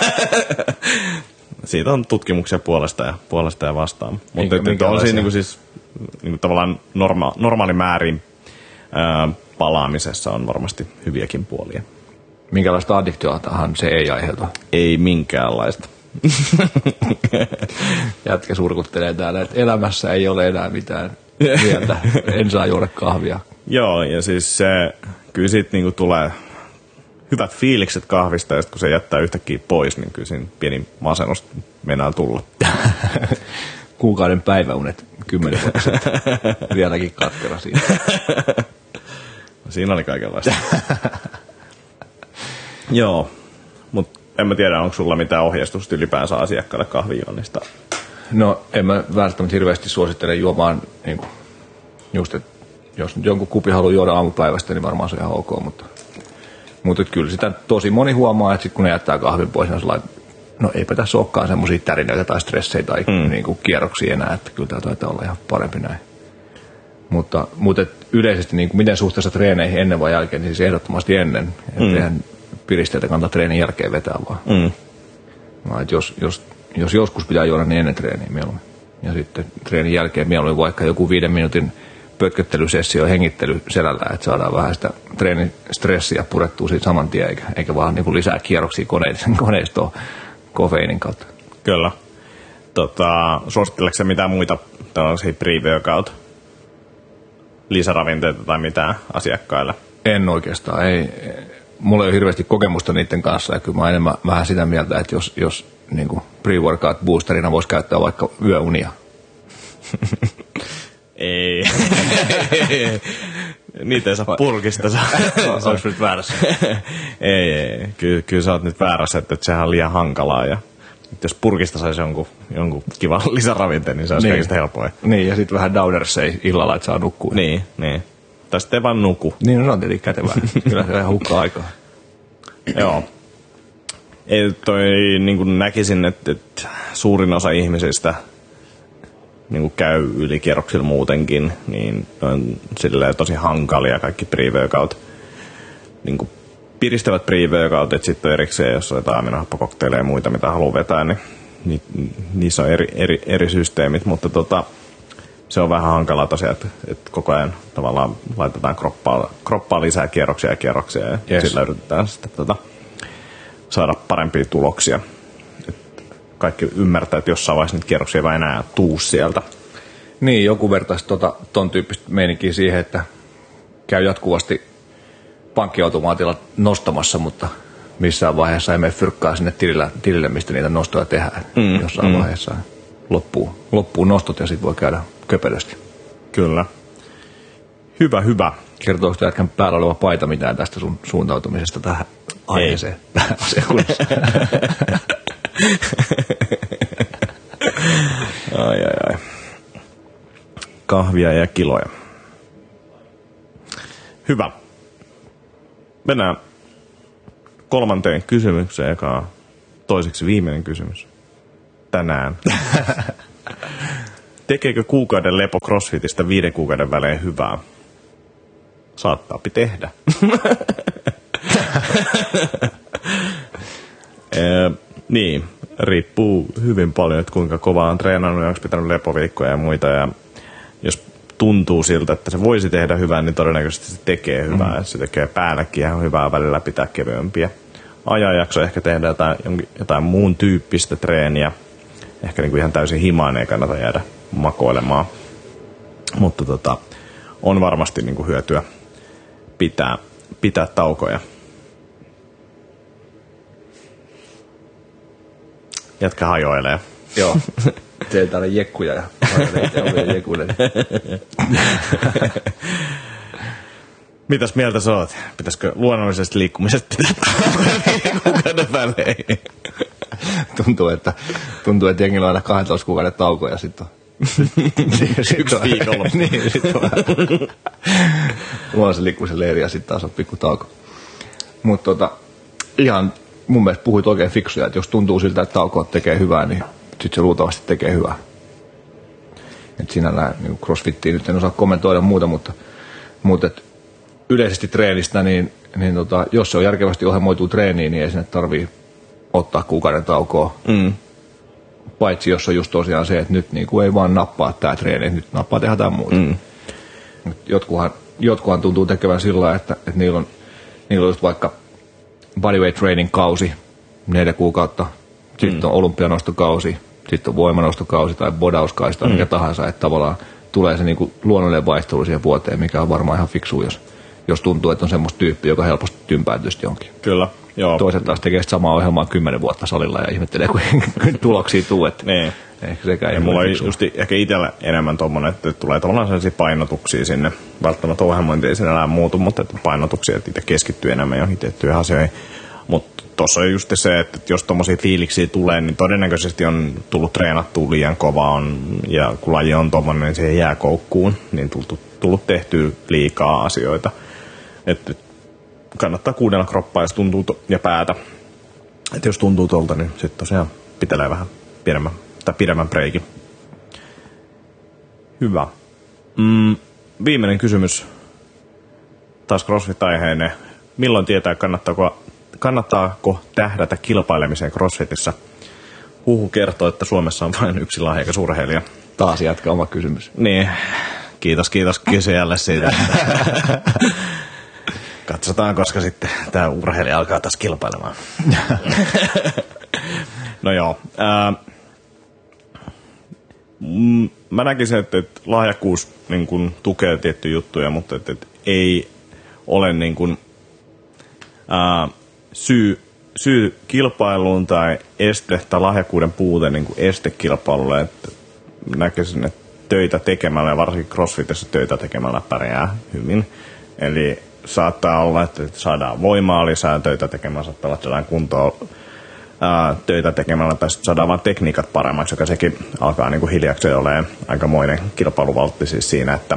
Siitä on tutkimuksia puolesta ja, puolesta ja vastaan. Mutta on siinä niinku siis, niinku tavallaan norma, normaali määrin ää, palaamisessa on varmasti hyviäkin puolia. Minkälaista addiktiotahan se ei aiheuta? Ei minkäänlaista. Jätkä surkuttelee täällä, että elämässä ei ole enää mitään mieltä, en saa juoda kahvia. Joo, ja siis se, kyllä siitä niinku tulee hyvät fiilikset kahvista, ja kun se jättää yhtäkkiä pois, niin kyllä siinä pieni masennus mennään tulla. Kuukauden päiväunet kymmenen vuotta vieläkin katkera siinä. Siinä oli kaikenlaista. Joo, mutta en mä tiedä, onko sulla mitään ohjeistusta ylipäänsä asiakkaalle kahvijuonnista? No en mä välttämättä hirveästi suosittele juomaan, niin kuin, just, että jos nyt jonkun kupi haluaa juoda aamupäivästä, niin varmaan se on ihan ok, mutta, mutta kyllä sitä tosi moni huomaa, että sit kun ne jättää kahvin pois, niin on sellainen, no eipä tässä olekaan semmoisia tärinöitä tai stressejä tai mm. niin kuin kierroksia enää, että kyllä tämä taitaa olla ihan parempi näin. Mutta, mutta yleisesti niin kuin miten suhteessa treeneihin ennen vai jälkeen, niin siis ehdottomasti ennen. Mm. Että eihän piristeitä kannata treenin jälkeen vetää vaan. Mm. No, että jos, jos, jos joskus pitää juoda, niin ennen treeniä mieluummin. Ja sitten treenin jälkeen mieluummin vaikka joku viiden minuutin pötköttelysessio ja hengittely selällä, että saadaan vähän sitä treenin stressiä purettua siitä saman tien, eikä, eikä vaan niin kuin lisää kierroksia koneistoon kofeiinin kautta. Kyllä. Tota, suositteleeko se mitään muita tällaisia pre-workout lisäravinteita tai mitään asiakkaille? En oikeastaan. Ei, mulla ei ole hirveästi kokemusta niiden kanssa, ja kyllä mä enemmän vähän sitä mieltä, että jos, jos niin kuin pre-workout boosterina voisi käyttää vaikka yöunia. Ei. Niitä ei saa purkista. Onko nyt väärässä? ei, ei. Kyllä, kyllä sä oot nyt väärässä, että sehän on liian hankalaa. Ja jos purkista saisi jonkun, jonkun kivan lisäravinteen, niin se olisi niin kaikista helpoa. Niin, ja sitten vähän downersei illalla, että saa nukkua. Niin, niin. Tai sitten ei vaan nuku. Niin, no se on tietenkin kätevää. Kyllä se ihan hukkaa aikaa. Joo. Ei toi, niin kuin näkisin, että, että suurin osa ihmisistä niin kuin käy ylikierroksilla muutenkin, niin on silleen tosi hankalia kaikki pre-workout. Niin kuin piristävät pre-workoutit sitten erikseen, jos on jotain aminohappokokteileja ja muita, mitä haluaa vetää, niin, niin niissä on eri, eri, eri systeemit, mutta tota, se on vähän hankalaa tosiaan, että, että koko ajan tavallaan laitetaan kroppaa, kroppaa lisää kierroksia ja kierroksia ja yes. Sillä yritetään sitten tota, saada parempia tuloksia. Et kaikki ymmärtää, että jossain vaiheessa niitä kierroksia ei enää tuu sieltä. Niin, joku vertaisi tota, ton tyyppistä meininkiä siihen, että käy jatkuvasti pankkiautomaatilla nostamassa, mutta missään vaiheessa ei mene fyrkkaa sinne tilille, tilille mistä niitä nostoja tehdään. Mm, jossain mm. vaiheessa loppuu, loppuu nostot ja sitten voi käydä köpelösti. Kyllä. Hyvä, hyvä. Kertooko te jätkän päällä oleva paita mitään tästä sun suuntautumisesta tähän aiheeseen? Asiakunnassa. ai, ai, ai. Kahvia ja kiloja. Hyvä. Mennään kolmanteen kysymykseen, joka on toiseksi viimeinen kysymys tänään. Tekeekö kuukauden lepo CrossFitistä viiden kuukauden välein hyvää? Saattaapi tehdä. e, niin, riippuu hyvin paljon, että kuinka kovaa on treenannut ja onko pitänyt lepoviikkoja ja muita. Ja jos tuntuu siltä, että se voisi tehdä hyvää, niin todennäköisesti se tekee hyvää. Mm. Se tekee päälläkin ihan hyvää, välillä pitää kevyempiä ajanjaksoja, ehkä tehdä jotain, jotain muun tyyppistä treeniä. Ehkä niin kuin ihan täysin himaan ei kannata jäädä makoilemaan. Mutta tota, on varmasti niin kuin hyötyä pitää, pitää taukoja. Jätkä hajoilee. Joo. Teen täällä jekkuja ja hajoilee jekuille. Mitäs mieltä sä oot? Pitäisikö luonnollisesta liikkumisesta pitää kuukauden välein? Tuntuu, että, tuntuu, että jengillä on aina kaksitoista kuukauden tauko ja sitten on yksi viikolla. Niin, sitten on luonnollisen liikkumisen leiri ja sitten taas on pikku tauko. Mutta tota, ihan mun mielestä puhuit oikein fiksuja, että jos tuntuu siltä, että tauko tekee hyvää, niin sitten se luultavasti tekee hyvää. Et sinällään niin CrossFittiin nyt en osaa kommentoida muuta, mutta, mutta et yleisesti treenistä, niin, niin tota, jos se on järkevästi ohjelmoituu treeniin, niin ei sinne tarvii ottaa kuukauden taukoa. Mm. Paitsi jos on just tosiaan se, että nyt niin kuin ei vaan nappaa tämä treeni, nyt nappaa tehdä jotain muuta. Mm. Jotkuhan, jotkuhan tuntuu tekevän sillä lailla, että, että niillä, on, niillä on just vaikka bodyweight training kausi, neljä kuukautta sitten mm. on olympianostokausi, sitten on voimanostokausi tai bodauskausi tai mm. mikä tahansa, että tavallaan tulee se niinku luonnollinen vaihtelu siihen vuoteen, mikä on varmaan ihan fiksu, jos, jos tuntuu, että on semmoista tyyppiä, joka helposti tympäätyy johonkin. Kyllä, joo. Toiset taas tekee samaa ohjelmaa kymmenen vuotta salilla ja ihmettelee, kun tuloksia tuu, että niin. Ehkä sekään ja mulla on just ehkä itsellä enemmän tommonen, että tulee tavallaan sellaisia painotuksia sinne. Välttämättä ohjelmointi ei sinällään muutu, mutta että painotuksia, että itse keskittyy enemmän johonkin tiettyihin asioihin. Mutta tuossa on just se, että jos tommosia fiiliksiä tulee, niin todennäköisesti on tullut treenattua liian kovaa. On, ja kun laji on tommonen, niin siihen jää koukkuun, niin tullut, tullut tehtyä liikaa asioita. Että kannattaa kuunnella kroppaa, jos tuntuu to- ja päätä. Että jos tuntuu tuolta, niin sitten tosiaan pitelee vähän pidemmän. Tai pidemmän breikin. Hyvä. Mm, viimeinen kysymys. Taas CrossFit-aiheinen. Milloin tietää, kannattaako, kannattaako tähdätä kilpailemiseen CrossFitissä? Huhu kertoo, että Suomessa on vain yksi lahjakas urheilija. Taas jatkaa oma kysymys. Niin. Kiitos, kiitos kysyjälle siitä. Katsotaan, koska sitten tämä urheilija alkaa taas kilpailemaan. No joo. Ää, Mä näkisin, että, että lahjakkuus niin kun, tukee tiettyjä juttuja, mutta että, että ei ole niin kun, ää, syy, syy kilpailuun tai este tai lahjakkuuden puute niin kun este kilpailulle. Että näkisin, että töitä tekemällä ja varsinkin CrossFitissä töitä tekemällä pärjää hyvin. Eli saattaa olla, että saadaan voimaa lisää töitä tekemällä, saattaa olla, että saadaan kuntoa Ää, töitä tekemällä tai saadaan vaan tekniikat paremmaksi, joka sekin alkaa niin kuin hiljakseen olemaan aikamoinen kilpailuvaltti siis siinä, että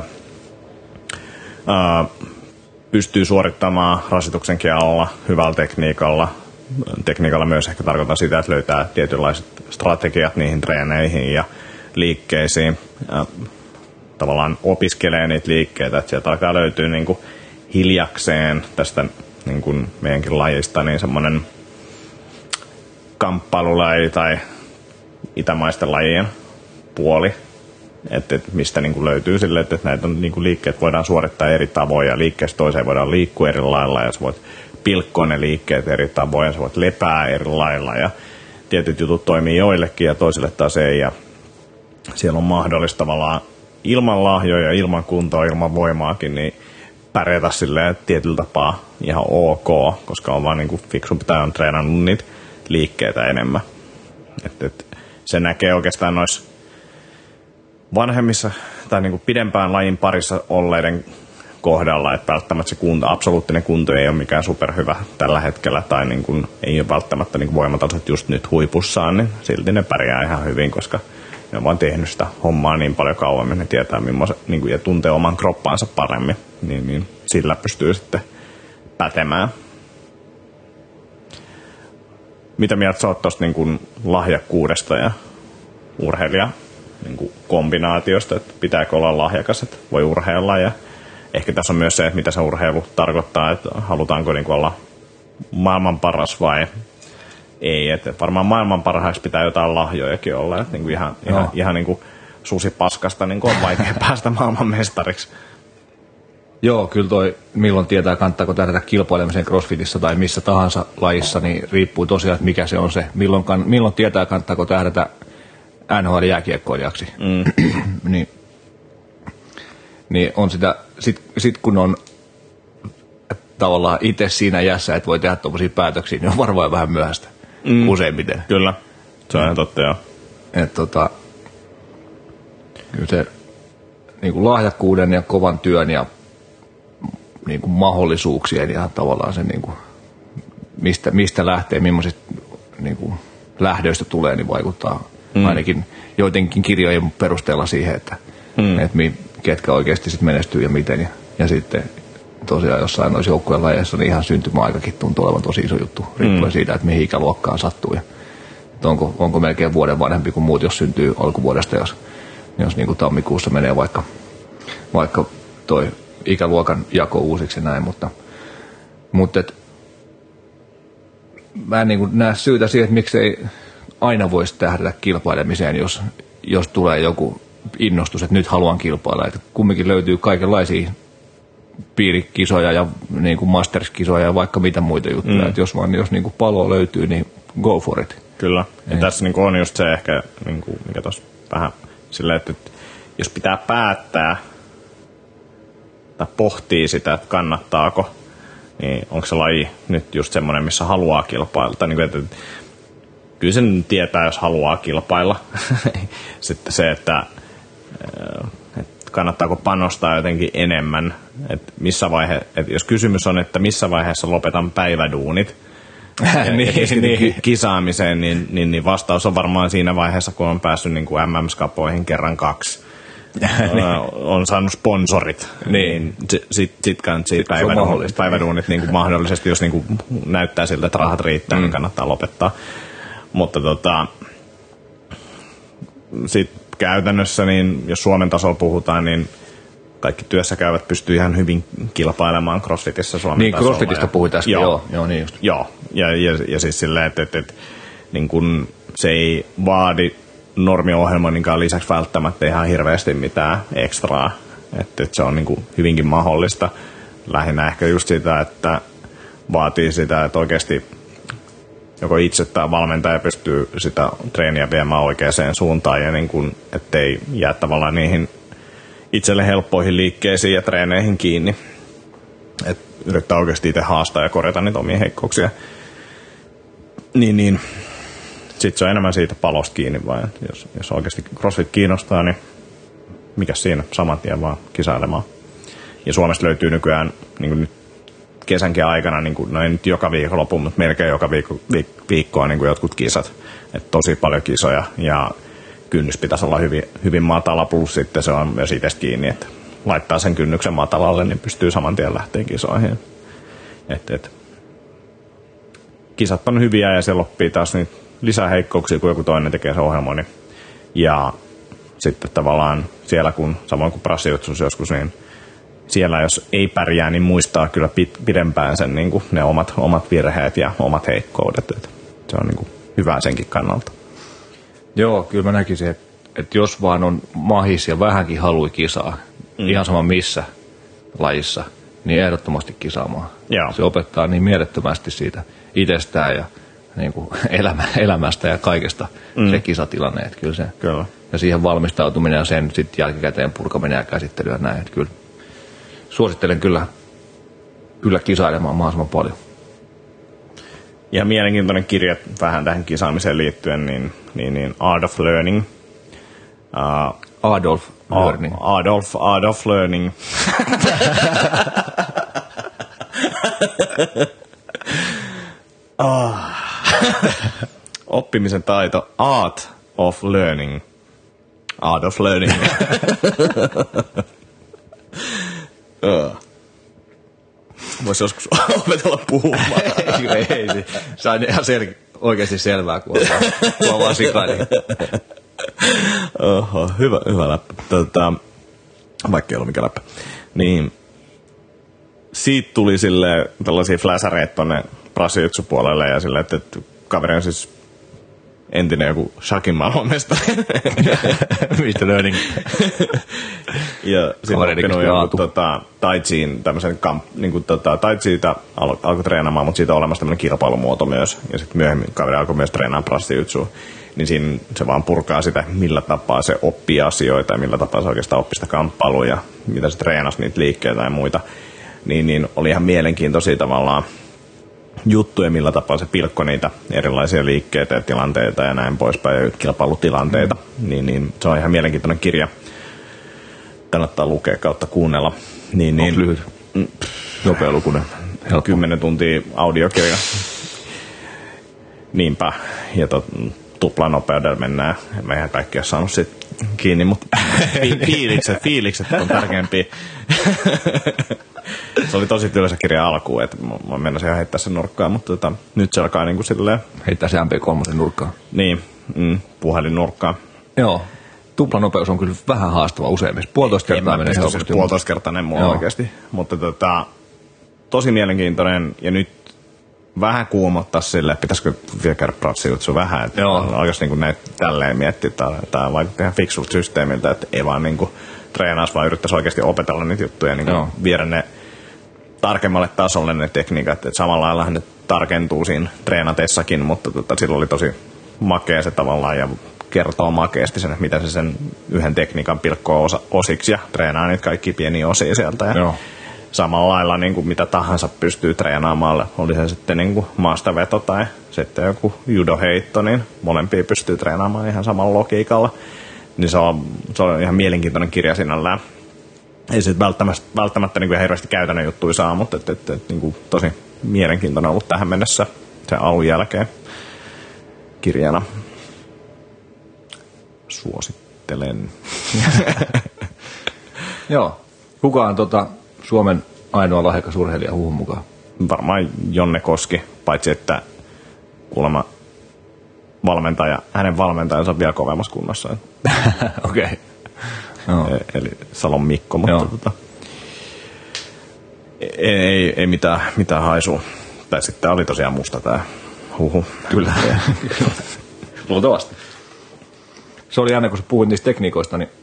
ää, pystyy suorittamaan rasituksenkin alla hyvällä tekniikalla. Tekniikalla myös ehkä tarkoitan sitä, että löytää tietynlaiset strategiat niihin treeneihin ja liikkeisiin. Ää, tavallaan opiskelee niitä liikkeitä, että sieltä alkaa löytyä niin kuin hiljakseen tästä niin kuin meidänkin lajista niin semmoinen kamppailulaji tai itämaisten lajien puoli, että, että mistä niin kuin löytyy sille, että näitä niin kuin liikkeet voidaan suorittaa eri tavoin ja liikkeestä toiseen voidaan liikkua eri lailla ja sä voit pilkkoa ne liikkeet eri tavoin ja sä voit lepää eri lailla ja tietyt jutut toimii joillekin ja toisille taas ei ja siellä on mahdollista tavallaan ilman lahjoja, ilman kuntoa, ilman voimaakin niin pärjätä silleen tietyllä tapaa ihan ok, koska on vaan niin kuin fiksumpi tai on treenannut niitä liikkeitä enemmän. Et, et, se näkee oikeastaan noissa vanhemmissa tai niinku pidempään lajin parissa olleiden kohdalla, että välttämättä se kunto, absoluuttinen kunto ei ole mikään superhyvä tällä hetkellä tai niinku, ei ole välttämättä niinku voimatasot just nyt huipussaan, niin silti ne pärjää ihan hyvin, koska ne on vaan tehnyt sitä hommaa niin paljon kauemmin, ne tietää millaisen, niinku, ja tuntee oman kroppaansa paremmin, niin, niin sillä pystyy sitten pätemään. Mitä mieltä sä oot tuosta niin lahjakkuudesta ja urheilija niin kombinaatiosta, että pitääkö olla lahjakas, että voi urheilla ja ehkä tässä on myös se, että mitä se urheilu tarkoittaa, että halutaanko niin olla maailman paras vai ei, että varmaan maailman parhaaksi pitää jotain lahjojakin olla, että niin ihan, no. ihan, ihan niin kuin susipaskasta niin on vaikea päästä maailman mestariksi. Joo, kyllä toi, milloin tietää, kannattaako tähdätä kilpailemiseen CrossFitissä tai missä tahansa lajissa, niin riippuu tosiaan, että mikä se on se. Milloin, kann, milloin tietää, kannattaako tähdätä N H L-jääkiekkoilijaksi. Mm. niin, niin on sitä, sit, sit kun on tavallaan itse siinä iässä, että voi tehdä tuollaisia päätöksiä, niin on varmaan vähän myöhäistä mm. useimmiten. Kyllä, se on ihan totta, joo. Että tota, kyllä se niin kuin lahjakkuuden ja kovan työn ja niin kuin mahdollisuuksien ja tavallaan se, niin kuin, mistä, mistä lähtee, millaisista niin kuin lähdöistä tulee, niin vaikuttaa mm. ainakin joidenkin kirjojen perusteella siihen, että mm. et mi, ketkä oikeasti sit menestyy ja miten. Ja, ja sitten tosiaan jossain noissa joukkueen lajeissa niin ihan syntymäaikakin tuntuu olevan tosi iso juttu, riippuen mm. siitä, että mihin ikäluokkaan sattuu. Ja, että onko, onko melkein vuoden vanhempi kuin muut, jos syntyy alkuvuodesta, jos, jos niin kuin tammikuussa menee vaikka, vaikka toi ikäluokan jako uusiksi ja näin, mutta, mutta et, mä en niin kuin näe syytä siihen, että miksei aina voisi tähdätä kilpailemiseen, jos, jos tulee joku innostus, että nyt haluan kilpailla. Että kumminkin löytyy kaikenlaisia piirikisoja ja niin kuin masters-kisoja ja vaikka mitä muita juttuja. Mm. Että jos vaan jos niin kuin palo löytyy, niin go for it. Kyllä. Ja tässä niin on just se ehkä, niin kuin, mikä tuossa vähän silleen, että jos pitää päättää tai pohtii sitä, että kannattaako, niin onko se laji nyt just semmoinen, missä haluaa kilpailla. Tai niin kuin, että kyllä sen tietää, jos haluaa kilpailla. Sitten se, että, että kannattaako panostaa jotenkin enemmän. Että missä vaihe, että jos kysymys on, että missä vaiheessa lopetan päiväduunit ja, niin, ja niin. kisaamiseen, niin, niin, niin vastaus on varmaan siinä vaiheessa, kun on päässyt niin kuin M M-skapoihin kerran kaksi. niin. On saanut sponsorit, niin sitten sit, sit kannattaa päiväduunit, päiväduunit niin kuin mahdollisesti, jos niin kuin näyttää siltä, että rahat riittää, mm. niin kannattaa lopettaa. Mutta tota, sitten käytännössä, niin jos Suomen tasolla puhutaan, niin kaikki työssä käyvät pystyy ihan hyvin kilpailemaan CrossFitissa Suomen niin, tasolla. Niin, CrossFitista puhuit äsken, joo. Joo, joo, niin just. Joo, ja, ja, ja siis silleen, että, että, että niin kun se ei vaadi normiohjelmoinninkaan lisäksi välttämättä ihan hirveästi mitään ekstraa. Että, että se on niin kuin hyvinkin mahdollista. Lähinnä ehkä just sitä, että vaatii sitä, että oikeasti joko itse tai valmentaja pystyy sitä treeniä viemään oikeaan suuntaan ja niin kuin, ettei jää tavallaan niihin itselle helppoihin liikkeisiin ja treeneihin kiinni. Et yrittää oikeasti itse haastaa ja korjata niitä omia heikkouksia. Niin, niin. Sitten se on enemmän siitä palosta kiinni, vai jos, jos oikeasti CrossFit kiinnostaa, niin mikä siinä, saman tien vaan kisailemaan. Ja Suomesta löytyy nykyään niin kuin nyt kesänkin aikana, niin kuin, no ei nyt joka viikonloppu, mutta melkein joka viikko, viik, viikkoa niin kuin jotkut kisat. Et tosi paljon kisoja ja kynnys pitäisi olla hyvin, hyvin matala, plus sitten se on myös itsestä kiinni, että laittaa sen kynnyksen matalalle, niin pystyy saman tien lähteen kisoihin. Et, et. Kisat on hyviä ja se loppii taas niitä lisää heikkouksia, kun joku toinen tekee se ohjelmoinnin. Ja sitten tavallaan siellä, kun samoin kuin brassijutsus joskus, niin siellä jos ei pärjää, niin muistaa kyllä pidempään sen niin kuin ne omat, omat virheet ja omat heikkoudet. Et se on niin kuin hyvä senkin kannalta. Joo, kyllä mä näkisin, että, että jos vaan on mahis ja vähänkin halui kisaa, mm. ihan sama missä lajissa, niin ehdottomasti kisaamaan. Joo. Se opettaa niin mielettömästi siitä itsestään ja niin kuin elämä, elämästä ja kaikesta mm. se kisatilanne. Että kyllä se, kyllä. Ja siihen valmistautuminen ja sen sitten jälkikäteen purkaminen ja käsittely ja näin. Että kyllä, suosittelen kyllä, kyllä kisailemaan mahdollisimman paljon. Ja mielenkiintoinen kirja vähän tähän kisaamiseen liittyen, niin, niin, niin Art of Learning. Uh, Adolf Learning. Adolf, Adolf Learning. oh. Oppimisen taito. Art of Learning. Art of Learning. uh. Voisi joskus opetella puhumaan. ei, ei. Se on ihan sel- oikeasti selvää, kun on vaan, kun on vaan sikaili. Oho, hyvä, hyvä läppä. Tota, vaikka ei ollut mikä läppä. Niin, siitä tuli sille tällaisia fläsäreitä tonne brassijutsupuolelle ja sille, että, että kaveri on siis entinen joku shakin maailmanmestari. Mistä Learning? Ja sitten oppinut joku tota, taitsiin tämmöisen kamp, niin kuin tota, taitsiita al- alkoi treenaamaan, mutta siitä on olemassa tämmöinen kilpailumuoto myös. Ja sitten myöhemmin kaveri alkoi myös treenaamaan brassijutsuun. Niin siinä se vaan purkaa sitä, millä tapaa se oppii asioita ja millä tapaa se oikeastaan oppii sitä kamppailua ja mitä se treenasi niitä liikkeitä ja muita. Niin, niin oli ihan mielenkiintoisia tavallaan juttuja, millä tapaa se pilkkoi niitä erilaisia liikkeitä ja tilanteita ja näin poispäin ja kilpailutilanteita. Mm. Niin, niin se on ihan mielenkiintoinen kirja. Kannattaa lukea kautta kuunnella. Niin, niin, lyhyt. Mm, Nopea lukunen. Kymmenen tuntia audiokirja. Niinpä. Ja tot, tuplanopeudella mennään. Mä ihan kaikki ole saanut sit kiinni, mutta fiilikset, fiilikset on tärkeämpiä. Se oli tosi tylsä kirja alkuun, että mä mennäisin ihan heittää sen nurkkaan, mutta tota, nyt se alkaa niin kuin silleen... Heittää se M P kolme nurkkaan. Niin, mm, puhelin nurkkaan. Joo, tuplanopeus on kyllä vähän haastava useimmissa. Puolitoista kertaa menee helposti. Puolitoista kertainen mulla oikeasti, mutta tota, tosi mielenkiintoinen ja nyt vähän kuumottaa silleen, pitäisikö vielä käydä brassijutsu vähän, että oikeasti niin näitä tälleen miettiä, tämä vaikuttaa ihan fiksulta systeemiltä, että ei vaan niin kuin treenaisi, vaan yrittäisi oikeasti opetella niitä juttuja, niin kuin viedä ne tarkemmalle tasolle ne tekniikat, että samalla lailla ne tarkentuu siinä treenatessakin, mutta tota, sillä oli tosi makea se tavallaan ja kertoo makeasti sen, että miten se sen yhden tekniikan pilkkoo osa, osiksi ja treenaa niitä kaikki pieniä osia sieltä. Ja Joo. samalla lailla niin kuin mitä tahansa pystyy treenaamaan, oli se sitten niin kuin maastaveto tai sitten joku judoheitto, niin molempia pystyy treenaamaan ihan samalla logiikalla. Niin se on, se on ihan mielenkiintoinen kirja sinällään. Ei se välttämättä, välttämättä niin kuin hirveästi käytännön juttuja saa, mutta et, et, et, niin kuin tosi mielenkiintoinen ollut tähän mennessä sen alun jälkeen kirjana. Suosittelen. Joo. Kuka on tota Suomen ainoa lahjakas urheilija huhun mukaan? Varmaan Jonne Koski, paitsi että kuulemma valmentaja, hänen valmentajansa on vielä kovemmassa kunnossa. Okei. Okay. No. Eli Salon Mikko, mutta tota, ei, ei, ei mitään, mitään haisua. Tai sitten oli tosiaan musta tää huhu. Kyllä. Luultavasti. Se oli jännä, kun sä puhuit niistä tekniikoista, niin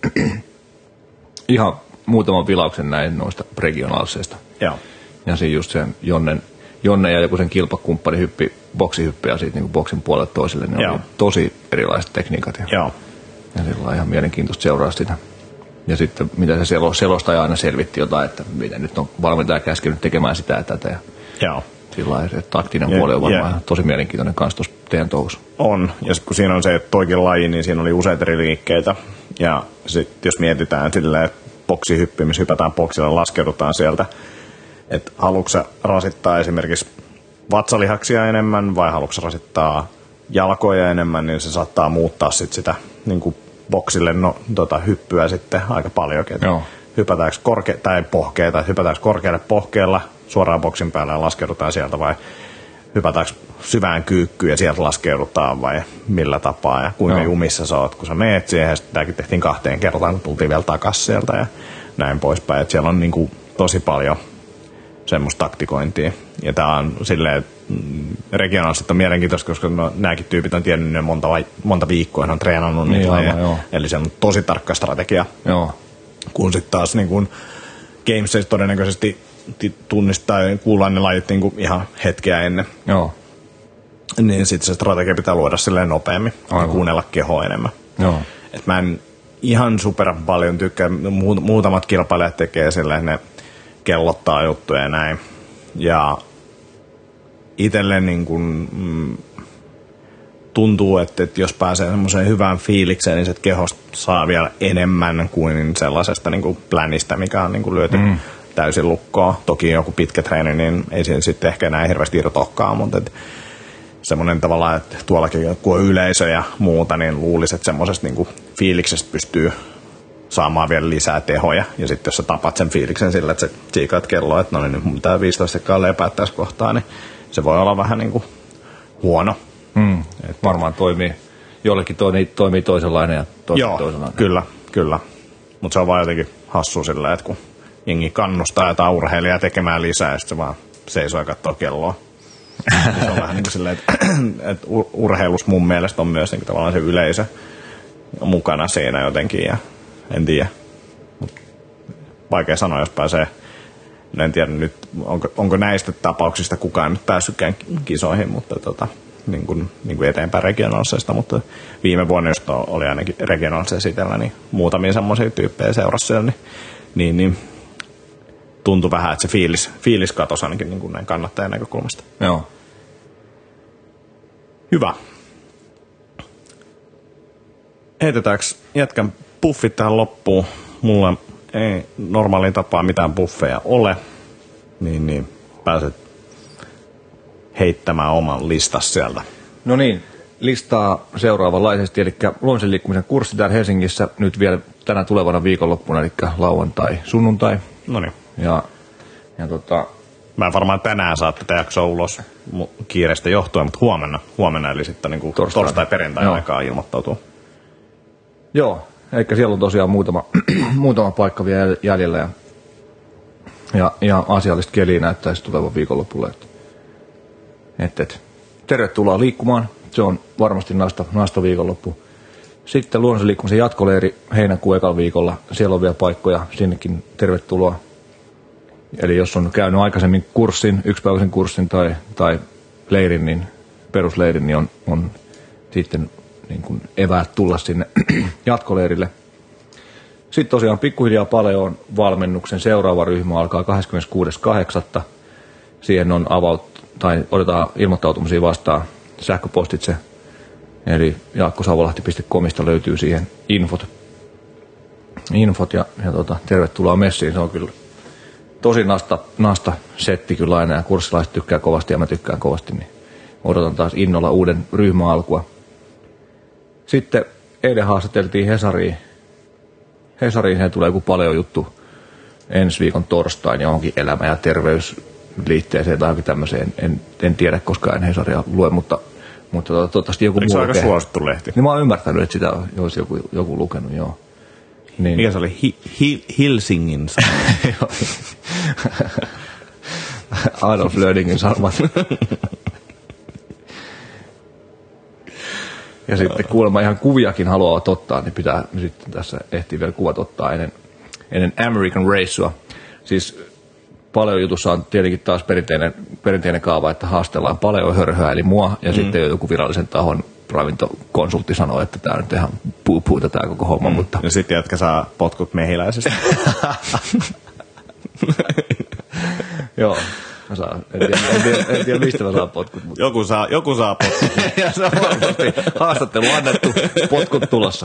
ihan muutaman vilauksen näin noista regionaalseista. Joo. Ja siinä just sen Jonnen, Jonne ja joku sen kilpakumppani hyppi, boksihyppiä siitä niin kuin boksin puolelle toiselle. Ne oli tosi erilaiset tekniikat. Ja, Joo. ja sillä on ihan mielenkiintoista seuraa sitä. Ja sitten mitä se selostaja aina selvitti jotain, että miten nyt on valmentaja käskenyt tekemään sitä ja tätä. Ja Joo. sillä lailla se taktinen ja, puoli on varmaan ja, tosi mielenkiintoinen kanssa tuossa teidän touhussa. On, ja kun siinä on se, että toikin laji, niin siinä oli useita eri liikkeitä. Ja sitten jos mietitään silleen, että boksihyppi, missä hypätään boksille, laskeudutaan sieltä, että haluatko rasittaa esimerkiksi vatsalihaksia enemmän vai haluatko rasittaa jalkoja enemmän, niin se saattaa muuttaa sit sitä niin kuin boksille no, tota, hyppyä sitten aika paljonkin. Hypätäänkö korke- tai pohkeita, että hypätäänkö korkealle pohkeella suoraan boksin päälle ja laskeudutaan sieltä vai hypätäänkö syvään kyykkyyn ja sieltä laskeudutaan vai millä tapaa ja kuinka Joo. jumissa sä oot, kun sä meet siihen. Ja sitten tämäkin tehtiin kahteen kertaan, kun tultiin vielä takaisin sieltä ja näin poispäin. Että siellä on niin kuin tosi paljon semmoista taktikointia. Ja tää on silleen, että regionaalisesti on mielenkiintoista, koska no, nämäkin tyypit on tiennyt ne monta, monta viikkoa, ne on treenannut niin, niitä aivan, lajeja. Eli se on tosi tarkka strategia. Joo. Kun sitten taas niin kun Gamesissa todennäköisesti tunnistaa ja kuullaan ne lajit niin kuin ihan hetkeä ennen. Joo. Niin sitten se strategia pitää luoda silleen nopeammin ja kuunnella kehoa enemmän. Joo. Et mä en ihan super paljon tykkää, muutamat kilpailijat tekee silleen, ne kellottaa juttuja ja näin. Ja itselle niin kun, mm, tuntuu, että, että jos pääsee semmoiseen hyvään fiilikseen, niin se kehosta saa vielä enemmän kuin sellaisesta niin kuin plänistä, mikä on niin kuin lyöty mm. täysin lukkoon. Toki joku pitkä treeni, niin ei siinä sitten ehkä enää hirveästi irtoakaan, mutta et semmoinen tavallaan, että tuollakin kun on yleisö ja muuta, niin luulisi, että semmoisesta niin kuin fiiliksestä pystyy saamaan vielä lisää tehoja. Ja sitten jos sä tapat sen fiiliksen sillä, että sä tsiikaat kelloa, että no niin, nyt mun pitää viisitoista sekkaa lepää tässä kohtaa, niin se voi olla vähän niin kuin huono. Mm, varmaan toimii. Jollekin toimii, toimii toisenlainen ja toisenlainen. Joo, toisenlainen. kyllä, kyllä. Mutta se on vaan jotenkin hassu sillä, että kun jengi kannustaa jotain urheilijaa tekemään lisää, ja sitten se vaan seisoo ja katsoo kelloa. Se on vähän niin kuin silleen, että, että urheilus mun mielestä on myös niin tavallaan se yleisö mukana siinä jotenkin, ja en tiedä. Vaikea sanoa, jos pääsee. En tiedä nyt, onko, onko näistä tapauksista kukaan nyt päässytkään kisoihin, mutta tota, niin kuin, niin kuin eteenpäin regionaalisesta, mutta viime vuonna, jos oli ainakin regionaalisessa itsellä, niin muutamia semmoisia tyyppejä seurasi siellä, niin, niin, niin tuntui vähän, että se fiilis, fiilis katosi ainakin niin kuin näin kannattajan näkökulmasta. Joo. Hyvä. Heitetäänkö jätkän puffit tähän loppuun? Mulla ei normaaliin tapaan mitään buffeja ole, niin, niin pääset heittämään oman listas sieltä. No niin, listaa seuraavanlaisesti, eli luonnollisen liikkumisen kurssi täällä Helsingissä nyt vielä tänä tulevana viikonloppuna, eli lauantai, sunnuntai. No niin. Ja, ja tota... Mä varmaan tänään saa tätä jaksoa ulos kiireestä johtuen, mutta huomenna, huomenna eli sitten niin torstai, torstai perjantai aikaa ilmoittautuu. Joo, eli siellä on tosiaan muutama, muutama paikka vielä jäljellä ja, ja, ja asiallista keliä näyttäisi tulevan viikonlopulle. Että, et, et. Tervetuloa liikkumaan, se on varmasti naasta, naasta viikonloppu. Sitten luonnollisen liikkumisen jatkoleiri heinäkuun ekalla viikolla, siellä on vielä paikkoja, sinnekin tervetuloa. Eli jos on käynyt aikaisemmin kurssin, yksipäiväisen kurssin tai, tai leirin, niin perusleirin, niin on, on sitten niin kuin eväät tulla sinne jatkoleirille. Sitten tosiaan pikkuhiljaa Paleon valmennuksen seuraava ryhmä alkaa kahdeskymmeneskuudes kahdeksatta Siihen on avaut, tai otetaan ilmoittautumisia vastaan sähköpostitse. Eli jaakko savolahti piste comista löytyy siihen infot. Infot ja, ja tota, tervetuloa messiin. Se on kyllä tosi nasta, nasta setti kyllä aina ja kurssilaiset tykkää kovasti ja mä tykkään kovasti. Niin odotan taas innolla uuden ryhmän alkua. Sitten eilen haastateltiin Hesariin. Hesariin se tulee joku paljon juttu ensi viikon torstain johonkin elämä- ja terveysliitteeseen tai johonkin tämmöiseen. En, en tiedä, koska en Hesaria lue, mutta, mutta toivottavasti joku muu lukee. Eikö se aika suosittu lehti? Niin mä oon ymmärtänyt, että sitä olisi joku, joku lukenut, joo. Niin. Mikä se oli? Hi, hi, Helsingin sanomat. Adolf Lödingin sanomat. Ja sitten kuulemma ihan kuviakin haluavat ottaa, niin pitää sitten tässä ehtii vielä kuvat ottaa ennen, ennen American Racea. Siis paljon jutussa on tietenkin taas perinteinen, perinteinen kaava, että haastellaan paljon hörhöä, eli mua, ja mm. sitten joku virallisen tahon ravintokonsultti sanoo, että tämä on nyt ihan puu-puuta tämä koko homma. Mm. Mutta... Ja sitten jätkä saa potkut mehiläisestä. Joo. Mä saan. En tiedä, en, tiedä, en tiedä, mistä mä saan potkut. Mutta... Joku, saa, joku saa potkut. Ja se on varmasti haastattelu annettu, potkut tulossa.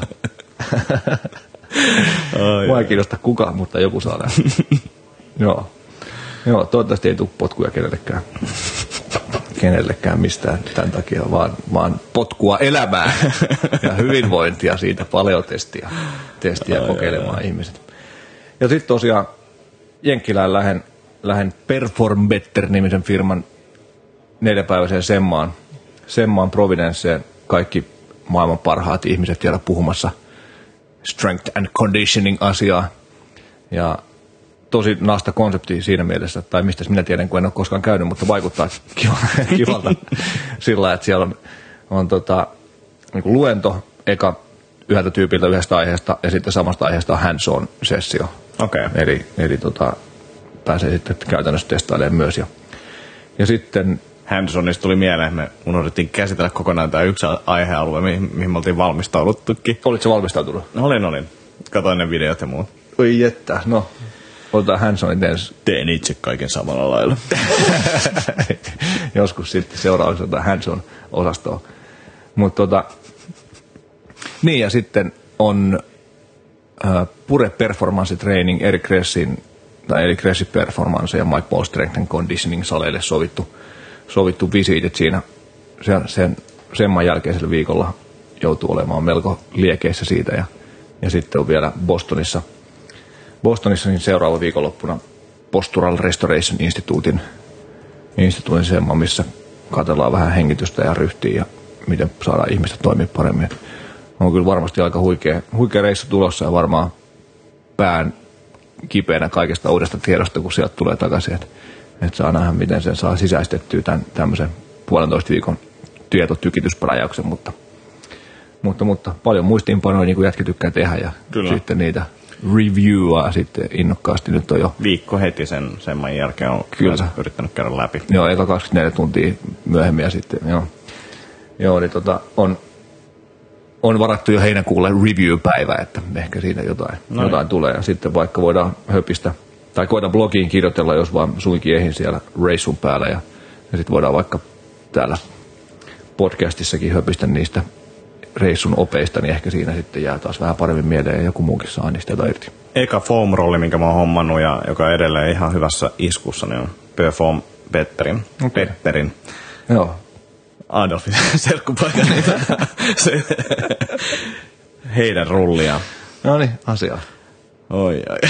Oh, Mua ei kiinnosta kukaan, mutta joku saa nähdä. Joo. Joo, toivottavasti ei tule potkuja kenellekään. Kenellekään mistään tämän takia, vaan, vaan potkua elämään ja hyvinvointia siitä paljon testiä, testiä oh, kokeilemaan joo, ihmiset. Ja sitten tosiaan Jenkkilään lähden, lähden Perform Better-nimisen firman neljäpäiväiseen Semmaan, Semmaan Providenceen. Kaikki maailman parhaat ihmiset siellä puhumassa strength and conditioning asiaa. Ja tosi nasta konsepti siinä mielessä, tai mistä minä tiedän, kun en ole koskaan käynyt, mutta vaikuttaa kivalta sillä, että siellä on, on tota, niin kuin luento eka yhdeltä tyypiltä yhdestä aiheesta, ja sitten samasta aiheesta on hands-on sessio. Okay. Eli, eli tota, pääsee sitten käytännössä testailemaan myös. Ja, ja sitten... Hands-onista tuli mieleen, me unohdettiin käsitellä kokonaan tämä yksi aihealue, mihin, mihin me oltiin valmistauduttukin. Olitko valmistautunut? Olin, olin. Katoin ne videot ja muut. Oi jettä, no... Otetaan hands-onit ensin. Teen itse kaiken samalla lailla. Joskus sitten seuraavaksi otetaan hands-on osastoa. Mutta tota, niin ja sitten on äh, Pure Performance Training, Eric Kressin, tai Eric Kressin Performance ja Mike Paul Strength and Conditioning saleille sovittu, sovittu visiitit siinä. Sen, sen semman jälkeisellä viikolla joutuu olemaan melko liekeissä siitä ja, ja sitten on vielä Bostonissa Bostonissa niin seuraava viikonloppuna Postural Restoration Instituutin instituutin semma, missä katsellaan vähän hengitystä ja ryhtiä ja miten saadaan ihmistä toimia paremmin. On kyllä varmasti aika huikea, huikea reissu tulossa ja varmaan pään kipeänä kaikesta uudesta tiedosta, kun sieltä tulee takaisin. Että et saa nähdä, miten sen saa sisäistettyä tämän tämmöisen puolentoista viikon tietotykitysprajauksen, mutta, mutta, mutta paljon muistiinpanoja, niin kuin jätki tykkää tehdä ja kyllä. Sitten niitä reviewaa sitten innokkaasti. Nyt on jo viikko heti sen semman jälkeen on kyllä yrittänyt käydä läpi. Joo, eka kaksikymmentäneljä tuntia myöhemmin ja sitten joo. Joo, niin tota, on, on varattu jo heinäkuulle review-päivä, että ehkä siinä jotain, jotain tulee. Ja sitten vaikka voidaan höpistä, tai koitan blogiin kirjoitella, jos vaan suinkin ehin siellä reissun päällä. Ja, ja sitten voidaan vaikka täällä podcastissakin höpistä niistä reissun opeista, niin ehkä siinä sitten jää taas vähän paremmin mieleen ja joku muukin saa niistä jotain irti. Eka foam-rolli, minkä mä oon hommannut ja joka on edelleen ihan hyvässä iskussa, niin on Perform Betterin. Okay. Betterin. Joo. Adolfin serkkupaikan. Heidän rullia. No niin, asiaa. Oi, oi.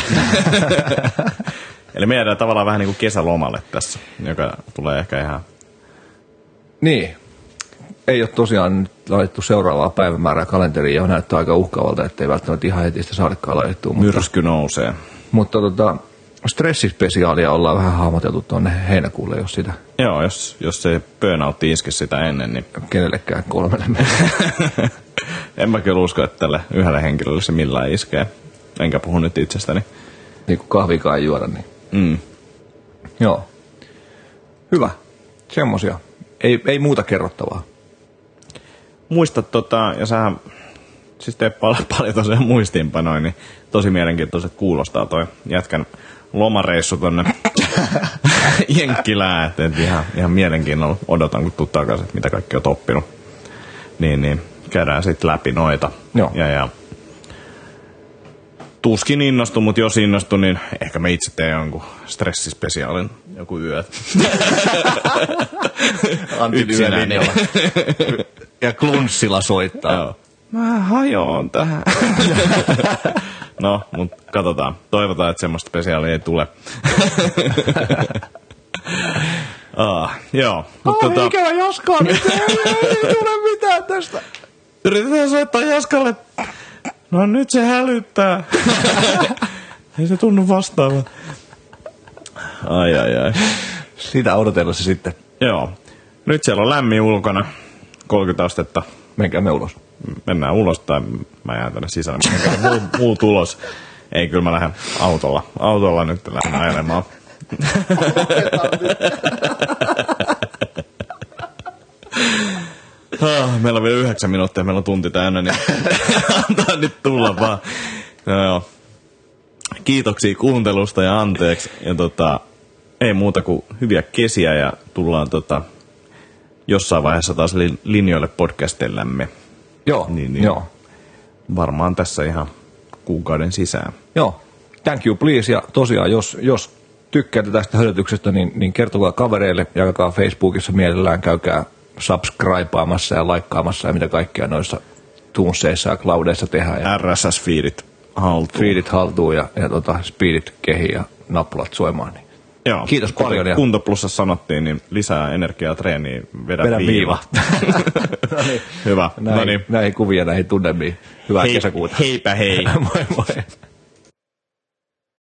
Eli meidän tavallaan vähän niin kuin kesälomalle tässä, joka tulee ehkä ihan... Niin. Ei ole tosiaan nyt laitettu seuraavaa päivämäärää kalenteriin ja näyttää aika uhkaavalta, ettei välttämättä ihan heti sitä saadakaan laitettua. Myrsky nousee. Mutta tota, stressispesiaalia ollaan vähän hahmoteltu tuonne heinäkuulle, jos sitä... Joo, jos, jos se burnout iski sitä ennen, niin... Kenellekään kolmelle En mä kyllä usko, että tälle yhdelle henkilölle se millään iskee. Enkä puhu nyt itsestäni. Niin kuin kahvikaan ei juoda, niin... Mm. Joo. Hyvä. Semmosia. Ei, ei muuta kerrottavaa. muistat tota, ja sähän siis teet paljon, paljon tosiaan muistiinpanoja, niin tosi mielenkiintoiset kuulostaa toi jätkän lomareissu tonne Jenkkilään, että et ihan, ihan mielenkiinnolla odotan, kun tuu takaisin, että mitä kaikki oot oppinut. Niin, niin käydään sitten läpi noita. Joo. Ja, ja tuskin innostu, mutta jos innostu, niin ehkä me itse teen jonkun stressispesiaalin joku yö. Antti Yölinjalla. Ja Klunssilla soittaa. Joo. Mä hajoon tähän. No, mutta katsotaan. Toivotaan, että semmoista spesiaalia ei tule. ah, joo. Mut tota... ikävä Jaskaa nyt. Ei tule mitään tästä. Yritetään soittaa Jaskalle. No nyt se hälyttää. Ei se tunnu vastaavan. Ai ai ai. Sitä odotellessa sitten. Joo. Nyt siellä on lämmin ulkona. kolmekymmentä astetta. Menkäämme ulos. Mennään ulos tai mä jään tänne sisään. Menkää muu, muu tulos. Ei, kyllä mä lähden autolla. Autolla nyt lähden ajelemaan. ah, meillä on vielä yhdeksän minuuttia, meillä on tunti täynnä, niin antaa nyt tulla vaan. No, joo. Kiitoksia kuuntelusta ja anteeksi. Ja tota, ei muuta kuin hyviä kesiä ja tullaan tota, jossain vaiheessa taas linjoille podcastellämme. Joo, niin, niin joo. Varmaan tässä ihan kuukauden sisään. Joo, thank you please. Ja tosiaan, jos, jos tykkäätte tästä hölytyksestä, niin, niin kertokaa kavereille, jakakaa Facebookissa mielellään, käykää subscribeaamassa ja laikkaamassa ja mitä kaikkea noissa tunsseissa ja cloudeissa tehdään. Ja R S S-feedit haltuun. Feedit haltuun ja, ja tota, speedit kehiin ja nappulat soimaan. Niin. Joo, kiitos paljon. Ja Kuntoplussa sanottiin, niin lisää energiaa treeniin, vedä, vedä viiva. viiva. no niin. Hyvä. Näihin, no niin. näihin kuvia, näihin tunnelmiin. Hyvää Hei, kesäkuuta. Heipä hei. moi moi.